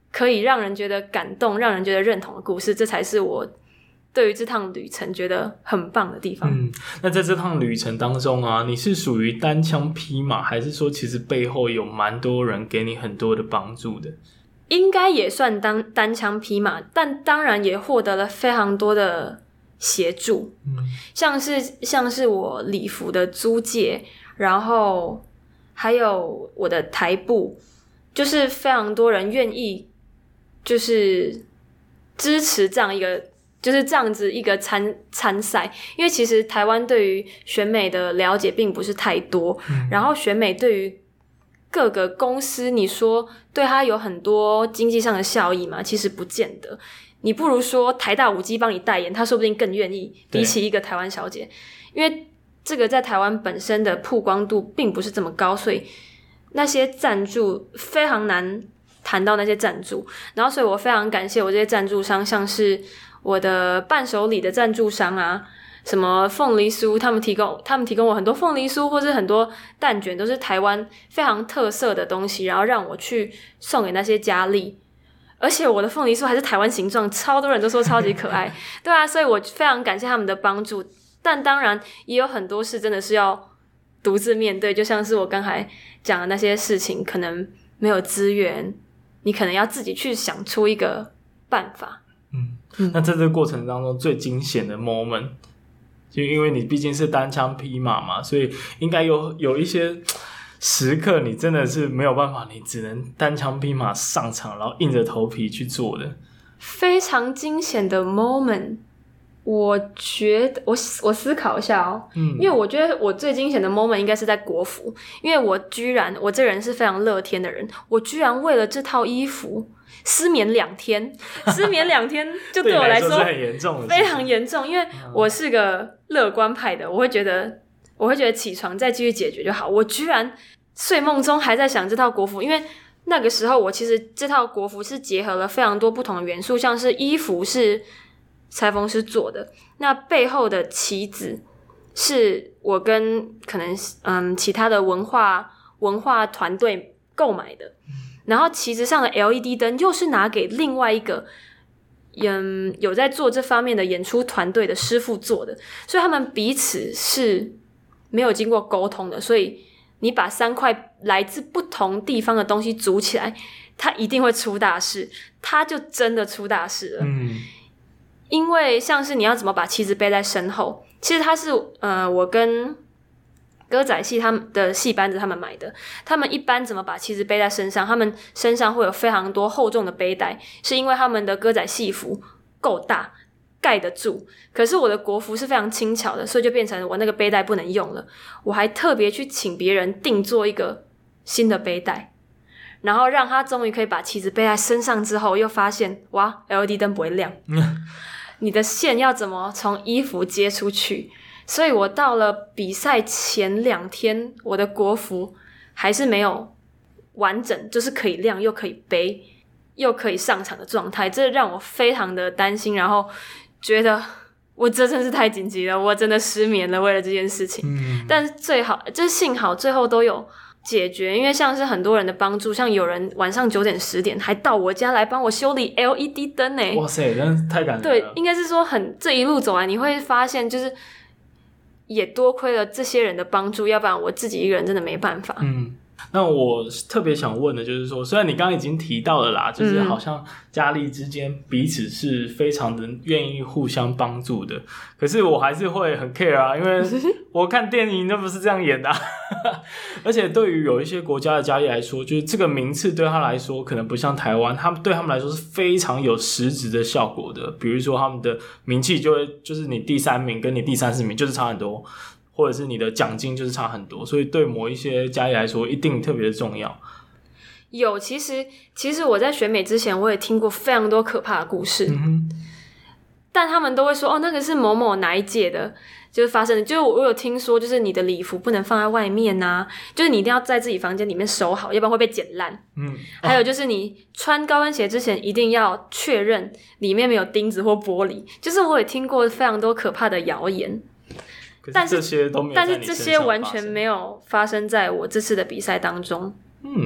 可以让人觉得感动、让人觉得认同的故事，这才是我对于这趟旅程觉得很棒的地方。 那在这趟旅程当中啊，你是属于单枪匹马，还是说其实背后有蛮多人给你很多的帮助的？ 应该也算单枪匹马，但当然也获得了非常多的协助，像是我礼服的租借，然后还有我的台步，就是非常多人愿意就是支持这样一个就是这样子一个参赛，因为其实台湾对于选美的了解并不是太多，然后选美对于各个公司你说对它有很多经济上的效益嘛，其实不见得。你不如说台大5G帮你代言，他说不定更愿意，比起一个台湾小姐，因为这个在台湾本身的曝光度并不是这么高，所以那些赞助非常难谈到那些赞助，然后所以我非常感谢我这些赞助商，像是我的伴手礼的赞助商啊，什么凤梨酥，他们提供我很多凤梨酥或是很多蛋卷，都是台湾非常特色的东西，然后让我去送给那些佳丽。而且我的凤梨酥还是台湾形状，超多人都说超级可爱。对啊，所以我非常感谢他们的帮助。但当然也有很多事真的是要独自面对，就像是我刚才讲的那些事情，可能没有资源，你可能要自己去想出一个办法。 那在这个过程当中最惊险的 moment， 就因为你毕竟是单枪匹马嘛，所以应该有一些时刻你真的是没有办法，你只能单枪匹马上场，然后硬着头皮去做的。 非常惊险的 moment， 我觉得我思考一下哦，因为我觉得我最惊险的 moment 应该是在国服，因为我这人是非常乐天的人，我居然为了这套衣服失眠2天，就对我来说是很严重的， 非常严重，因为我是个乐观派的，我会觉得起床再继续解决就好。我居然睡梦中还在想这套国服，因为那个时候我其实这套国服是结合了非常多不同的元素，像是衣服是裁缝师做的，那背后的旗子是我跟可能其他的文化团队购买的，然后旗子上的 LED 灯又是拿给另外一个有在做这方面的演出团队的师傅做的，所以他们彼此是没有经过沟通的，所以你把3块来自不同地方的东西组起来，它一定会出大事，它就真的出大事了。因为像是你要怎么把旗子背在身后，其实它是我跟歌仔戏他们的戏班子他们买的，他们一般怎么把旗子背在身上，他们身上会有非常多厚重的背带，是因为他们的歌仔戏服够大盖得住，可是我的国服是非常轻巧的，所以就变成我那个背带不能用了，我还特别去请别人定做一个新的背带，然后让他终于可以把旗子背在身上之后，又发现哇 LED 灯不会亮你的线要怎么从衣服接出去，所以我到了比赛前2天，我的国服还是没有完整，就是可以亮又可以背又可以上场的状态，这让我非常的担心，然后觉得我这真是太紧急了，我真的失眠了为了这件事情。但是就是幸好最后都有解决，因为像是很多人的帮助，像有人晚上9点10点还到我家来帮我修理 LED 灯欸。 哇塞，真是太感人了。 对，应该是说这一路走来你会发现就是也多亏了这些人的帮助，要不然我自己一个人真的没办法。 那我特别想问的就是说，虽然你刚刚已经提到了啦，就是好像佳丽之间彼此是非常的愿意互相帮助的，可是我还是会很 care 啊，因为我看电影都不是这样演的而且对于有一些国家的佳丽来说，就是这个名次对他来说可能不像台湾，对他们来说是非常有实质的效果的，比如说他们的名气就是你第3名跟你第30名就是差很多，或者是你的奖金就是差很多，所以对某一些佳丽来说一定特别的重要。 有，其实我在选美之前我也听过非常多可怕的故事，但他们都会说那个是某某哪一届的就是发生的，就是我有听说就是你的礼服不能放在外面啊，就是你一定要在自己房间里面收好，要不然会被剪烂。还有就是你穿高跟鞋之前一定要确认里面没有钉子或玻璃，就是我也听过非常多可怕的谣言， 但是这些都没有在你身上发生， 但是这些完全没有发生在我这次的比赛当中。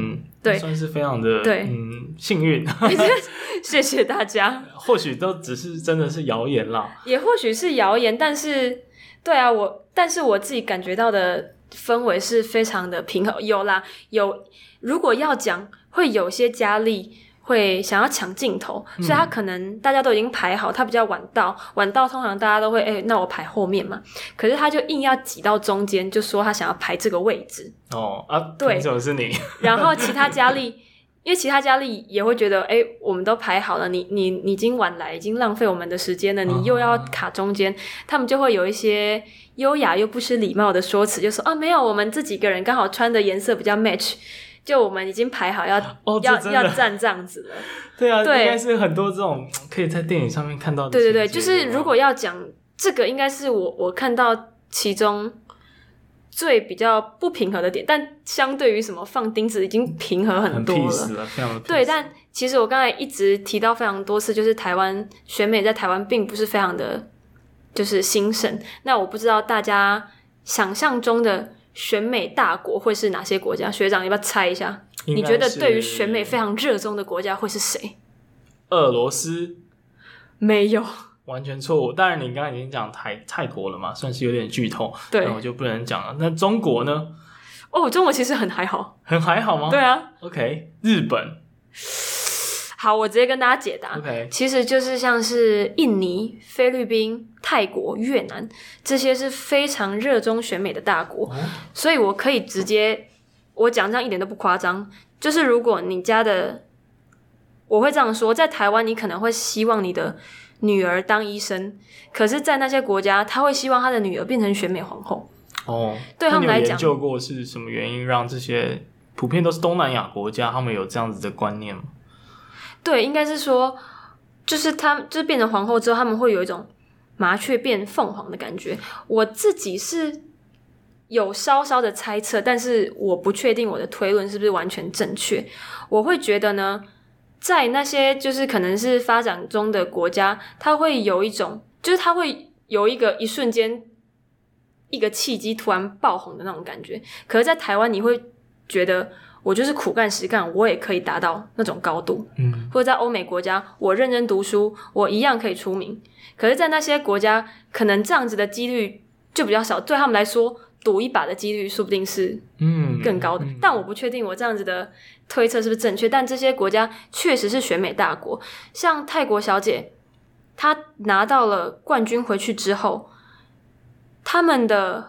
对， 算是非常的对幸运。 谢谢大家。 或许都只是真的是谣言啦， 也或许是谣言，但是对啊，但是我自己感觉到的氛围是非常的平和。有啦，如果要讲，会有些佳丽会想要抢镜头，所以他可能大家都已经排好，他比较晚到通常大家都会那我排后面嘛，可是他就硬要挤到中间，就说他想要排这个位置。 对，凭什么是你？ 然后其他佳丽因为其他佳丽也会觉得我们都排好了，你已经晚来，已经浪费我们的时间了，你又要卡中间，他们就会有一些优雅又不失礼貌的说辞，就说没有，我们这几个人刚好穿的颜色比较 match， 就我们已经排好要站这样子了。 对啊，对，应该是很多这种可以在电影上面看到的。 对对对，就是如果要讲这个，应该是我看到其中最比较不平和的点，但相对于什么放钉子已经平和很多了， 非常的对。但其实我刚才一直提到非常多次，就是台湾选美在台湾并不是非常的就是兴盛。那我不知道大家想象中的选美大国会是哪些国家？学长要不要猜一下？你觉得对于选美非常热衷的国家会是谁？ 俄罗斯？ 没有， 完全错误。当然你刚刚已经讲泰国了嘛，算是有点剧透， 对， 那我就不能讲了。那中国呢？ 中国其实很还好。 很还好吗？ 对啊。 OK， 日本。 好，我直接跟大家解答。 OK， 其实就是像是印尼、菲律宾、泰国、越南，这些是非常热衷选美的大国，所以我可以直接我讲这样一点都不夸张，就是如果你家的，我会这样说，在台湾你可能会希望你的女儿当医生，可是在那些国家他会希望他的女儿变成选美皇后。对他们来讲， 你有研究过是什么原因让这些普遍都是东南亚国家他们有这样子的观念吗？ 对，应该是说就是他们就是变成皇后之后，他们会有一种麻雀变凤凰的感觉。我自己是有稍稍的猜测，但是我不确定我的推论是不是完全正确。我会觉得呢，在那些就是可能是发展中的国家，它会有一种就是它会有一瞬间一个契机突然爆红的那种感觉。可是在台湾你会觉得我就是苦干实干，我也可以达到那种高度。或者在欧美国家，我认真读书，我一样可以出名。可是在那些国家，可能这样子的几率就比较少，对他们来说赌一把的几率说不定是更高的。但我不确定我这样子的推测是不是正确，但这些国家确实是选美大国。像泰国小姐她拿到了冠军回去之后，他们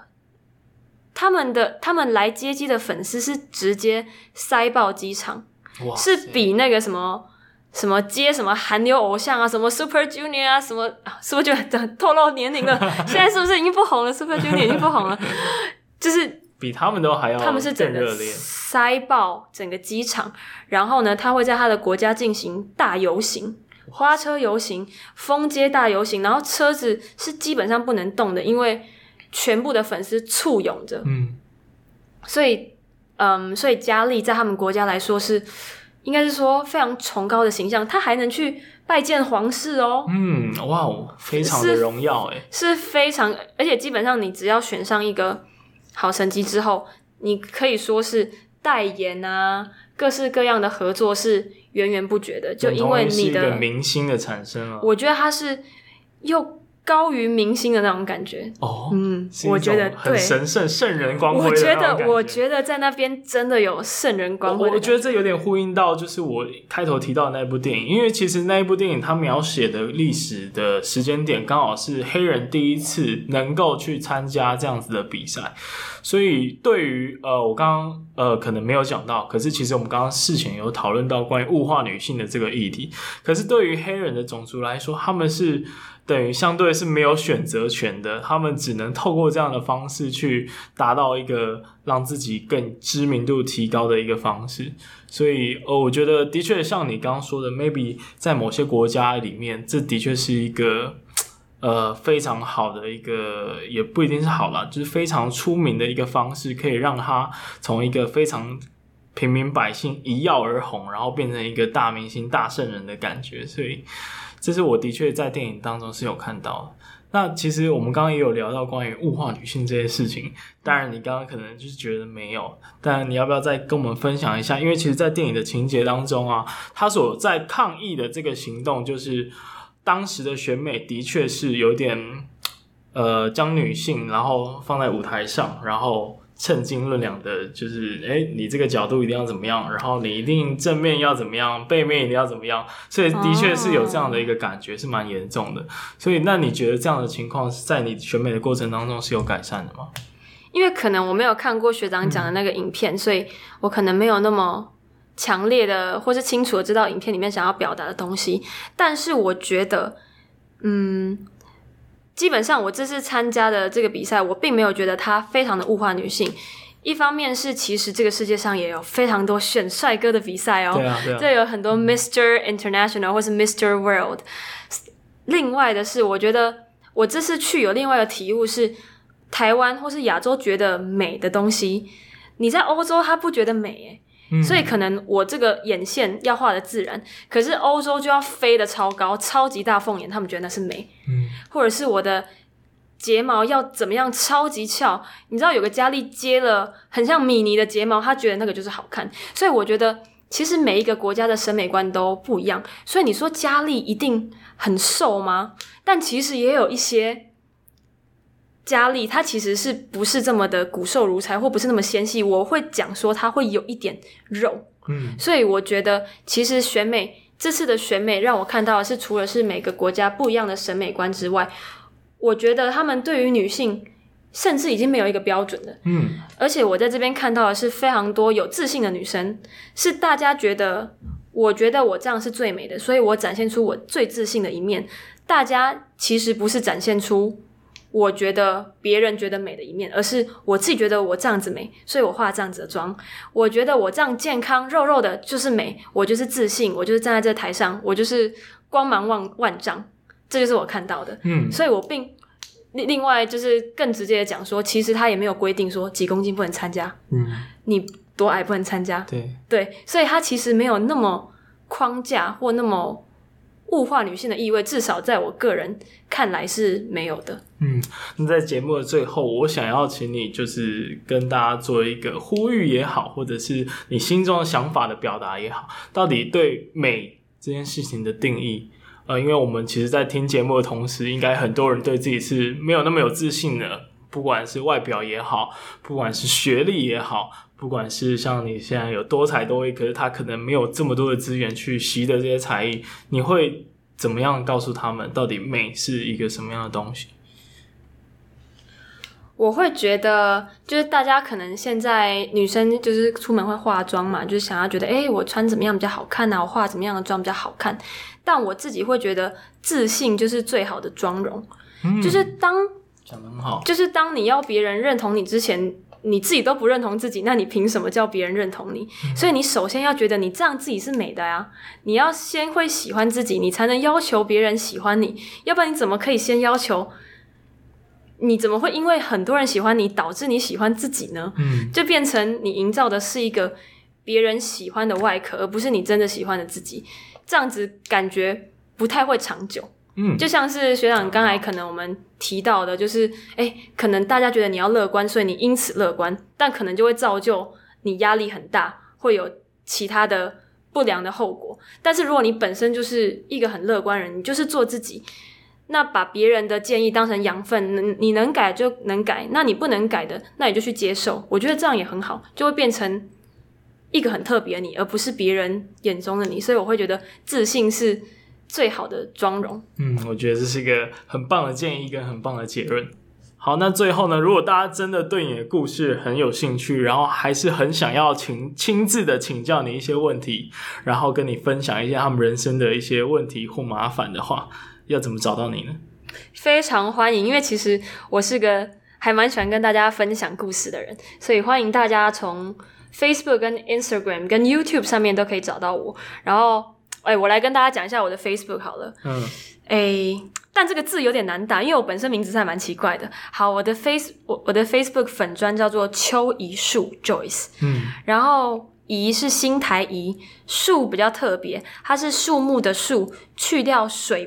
来接机的粉丝是直接塞爆机场，是比那个什么接什么韩流偶像啊，什么 Super Junior 啊，什么 Super Junior 透露年龄了，现在是不是已经不红了？Super Junior 已经不红了，就是比他们都还要更热烈， 他们是整个塞爆整个机场，然后呢，他会在他的国家进行大游行。花车游行、封街大游行，然后车子是基本上不能动的，因为全部的粉丝簇拥着。所以佳丽在他们国家来说是应该是说非常崇高的形象，她还能去拜见皇室哦。 哇，非常的荣耀耶， 是非常，而且基本上你只要选上一个好成绩之后，你可以说是代言啊，各式各样的合作是源源不绝的，就因为你的是一个明星的产生了。 我觉得它是又高于明星的那种感觉。我觉得很神圣圣人光辉的那种感觉。 我觉得在那边真的有圣人光辉的感觉。 我觉得这有点呼应到就是我开头提到的那部电影，因为其实那一部电影它描写的历史的时间点刚好是黑人第一次能够去参加这样子的比赛，所以对于我刚刚可能没有讲到，可是其实我们刚刚事前有讨论到关于物化女性的这个议题。可是对于黑人的种族来说，他们是等于相对是没有选择权的，他们只能透过这样的方式去达到一个让自己更知名度提高的一个方式。所以我觉得的确像你刚刚说的 maybe 在某些国家里面，这的确是一个非常好的一个，也不一定是好啦，就是非常出名的一个方式，可以让他从一个非常平民百姓一跃而红，然后变成一个大明星大圣人的感觉。所以这是我的确在电影当中是有看到的。 那其实我们刚刚也有聊到关于物化女性这些事情，当然你刚刚可能就是觉得没有，但你要不要再跟我们分享一下？因为其实在电影的情节当中啊，他所在抗议的这个行动，就是当时的选美的确是有点将女性然后放在舞台上，然后称斤论两的，就是你这个角度一定要怎么样，然后你一定正面要怎么样，背面一定要怎么样，所以的确是有这样的一个感觉，是蛮严重的。所以那你觉得这样的情况在你选美的过程当中是有改善的吗？ 因为可能我没有看过学长讲的那个影片，所以我可能没有那么强烈的或是清楚的知道影片里面想要表达的东西。但是我觉得基本上我这次参加的这个比赛，我并没有觉得它非常的物化女性。一方面是其实这个世界上也有非常多选帅哥的比赛哦， 对啊， 这有很多 Mr. International 或是 Mr. World。 另外的是我觉得我这次去有另外一个体悟，是台湾或是亚洲觉得美的东西，你在欧洲他不觉得美耶，所以可能我这个眼线要画的自然，可是欧洲就要飞得超高，超级大凤眼，他们觉得那是美。或者是我的睫毛要怎么样超级翘，你知道有个佳丽接了很像米妮的睫毛，她觉得那个就是好看。所以我觉得其实每一个国家的审美观都不一样，所以你说佳丽一定很瘦吗？但其实也有一些佳丽她其实是不是这么的骨瘦如柴，或不是那么纤细，我会讲说她会有一点肉。所以我觉得其实这次的选美让我看到的是，除了是每个国家不一样的审美观之外，我觉得他们对于女性甚至已经没有一个标准了。而且我在这边看到的是非常多有自信的女生，是大家觉得我觉得我这样是最美的，所以我展现出我最自信的一面。大家其实不是展现出我觉得别人觉得美的一面，而是我自己觉得我这样子美，所以我化这样子的妆。我觉得我这样健康肉肉的就是美，我就是自信，我就是站在这台上，我就是光芒万丈，这就是我看到的。所以我并另外就是更直接的讲说，其实他也没有规定说几公斤不能参加，你多矮不能参加，对，所以他其实没有那么框架或那么物化女性的意味，至少在我个人看来是没有的。 那在节目的最后，我想要请你就是跟大家做一个呼吁也好，或者是你心中的想法的表达也好，到底对美这件事情的定义。因为我们其实在听节目的同时，应该很多人对自己是没有那么有自信的，不管是外表也好，不管是学历也好，不管是像你现在有多才多艺，可是他可能没有这么多的资源去习得这些才艺，你会怎么样告诉他们到底美是一个什么样的东西？ 我会觉得就是大家可能现在女生就是出门会化妆嘛，就是想要觉得我穿怎么样比较好看啊，我化怎么样的妆比较好看。但我自己会觉得自信就是最好的妆容。就是讲得很好， 就是当你要别人认同你之前，你自己都不认同自己，那你凭什么叫别人认同你？所以你首先要觉得你这样自己是美的呀，你要先会喜欢自己，你才能要求别人喜欢你。要不然你怎么可以先要求？你怎么会因为很多人喜欢你导致你喜欢自己呢？就变成你营造的是一个别人喜欢的外壳，而不是你真的喜欢的自己。这样子感觉不太会长久。就像是学长刚才可能我们提到的，就是可能大家觉得你要乐观，所以你因此乐观，但可能就会造就你压力很大，会有其他的不良的后果。但是如果你本身就是一个很乐观的人，你就是做自己，那把别人的建议当成养分，你能改就能改，那你不能改的，那你就去接受。我觉得这样也很好，就会变成一个很特别的你，而不是别人眼中的你。所以我会觉得自信是最好的妆容。 我觉得这是一个很棒的建议跟很棒的结论。好，那最后呢，如果大家真的对你的故事很有兴趣，然后还是很想要亲自的请教你一些问题，然后跟你分享一些他们人生的一些问题或麻烦的话，要怎么找到你呢？ 非常欢迎，因为其实我是个还蛮喜欢跟大家分享故事的人，所以欢迎大家从 Facebook 跟 Instagram 跟 YouTube 上面都可以找到我。然后我来跟大家讲一下我的 Facebook 好了。但这个字有点难打，因为我本身名字是还蛮奇怪的。好，我的 Facebook 粉专叫做邱怡树 Joyce。然后怡是新台怡，树比较特别，它是树木的树，去掉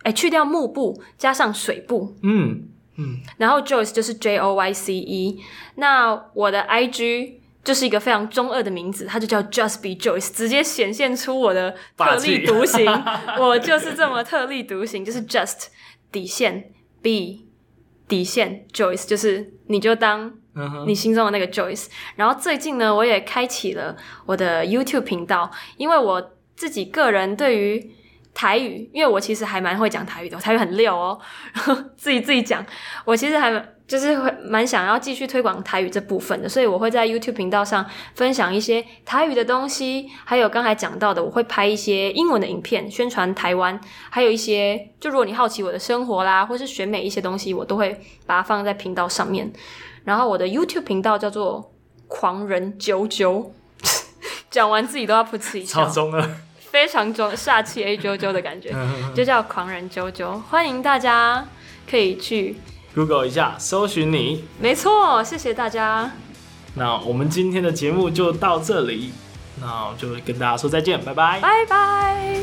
去掉幕布加上水布，然后 Joyce 就是 JOYCE。那我的 IG 就是一个非常中二的名字，它就叫 Just Be Joyce， 直接显现出我的特立独行。我就是这么特立独行，就是 Just 底线 Be 底线 Joyce， 就是你就当你心中的那个 Joyce。然后最近呢，我也开启了我的 YouTube 频道，因为我自己个人对于台语，因为我其实还蛮会讲台语的，我台语很溜哦，然后自己讲，我其实就是会蛮想要继续推广台语这部分的，所以我会在 YouTube 频道上分享一些台语的东西，还有刚才讲到的，我会拍一些英文的影片宣传台湾，还有一些就如果你好奇我的生活啦，或是选美一些东西，我都会把它放在频道上面。然后我的 YouTube 频道叫做狂人啾，讲完自己都要噗嗤一笑， 超中二， 非常煞气 A 啾啾的感觉，就叫狂人啾啾，欢迎大家可以去 Google 一下，搜寻你。 没错，谢谢大家。 那我们今天的节目就到这里，那我就跟大家说再见，拜拜， 拜拜。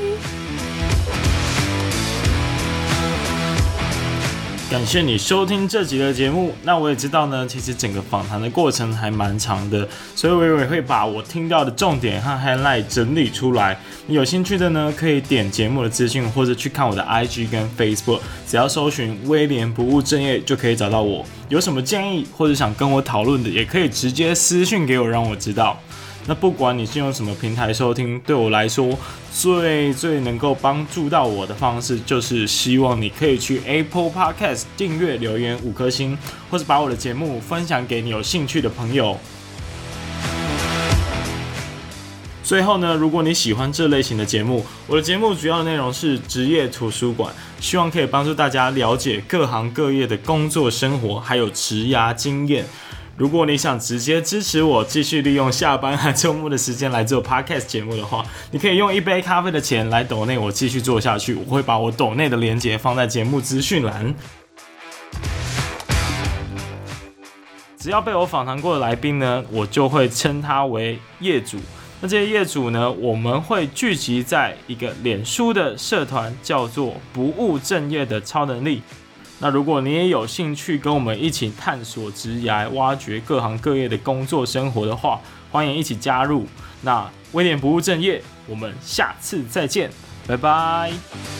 感谢你收听这集的节目。那我也知道呢，其实整个访谈的过程还蛮长的，所以我也会把我听到的重点和 highlight 整理出来。你有兴趣的呢，可以点节目的资讯，或者去看我的 IG 跟 Facebook， 只要搜寻威廉不务正业就可以找到我。有什么建议或者想跟我讨论的，也可以直接私讯给我，让我知道。那不管你是用什么平台收听，对我来说最能够帮助到我的方式，就是希望你可以去 Apple Podcast 订阅、留言5颗星，或是把我的节目分享给你有兴趣的朋友。最后呢，如果你喜欢这类型的节目，我的节目主要内容是职业图书馆，希望可以帮助大家了解各行各业的工作生活，还有职涯经验。如果你想直接支持我继续利用下班和周末的时间来做 podcast 节目的话，你可以用一杯咖啡的钱来抖内我继续做下去，我会把我抖内的连结放在节目资讯栏。只要被我访谈过的来宾呢，我就会称他为业主。那这些业主呢，我们会聚集在一个脸书的社团，叫做不务正业的超能力。那如果你也有兴趣跟我们一起探索职涯，挖掘各行各业的工作生活的话，欢迎一起加入。那威廉不务正业，我们下次再见，拜拜。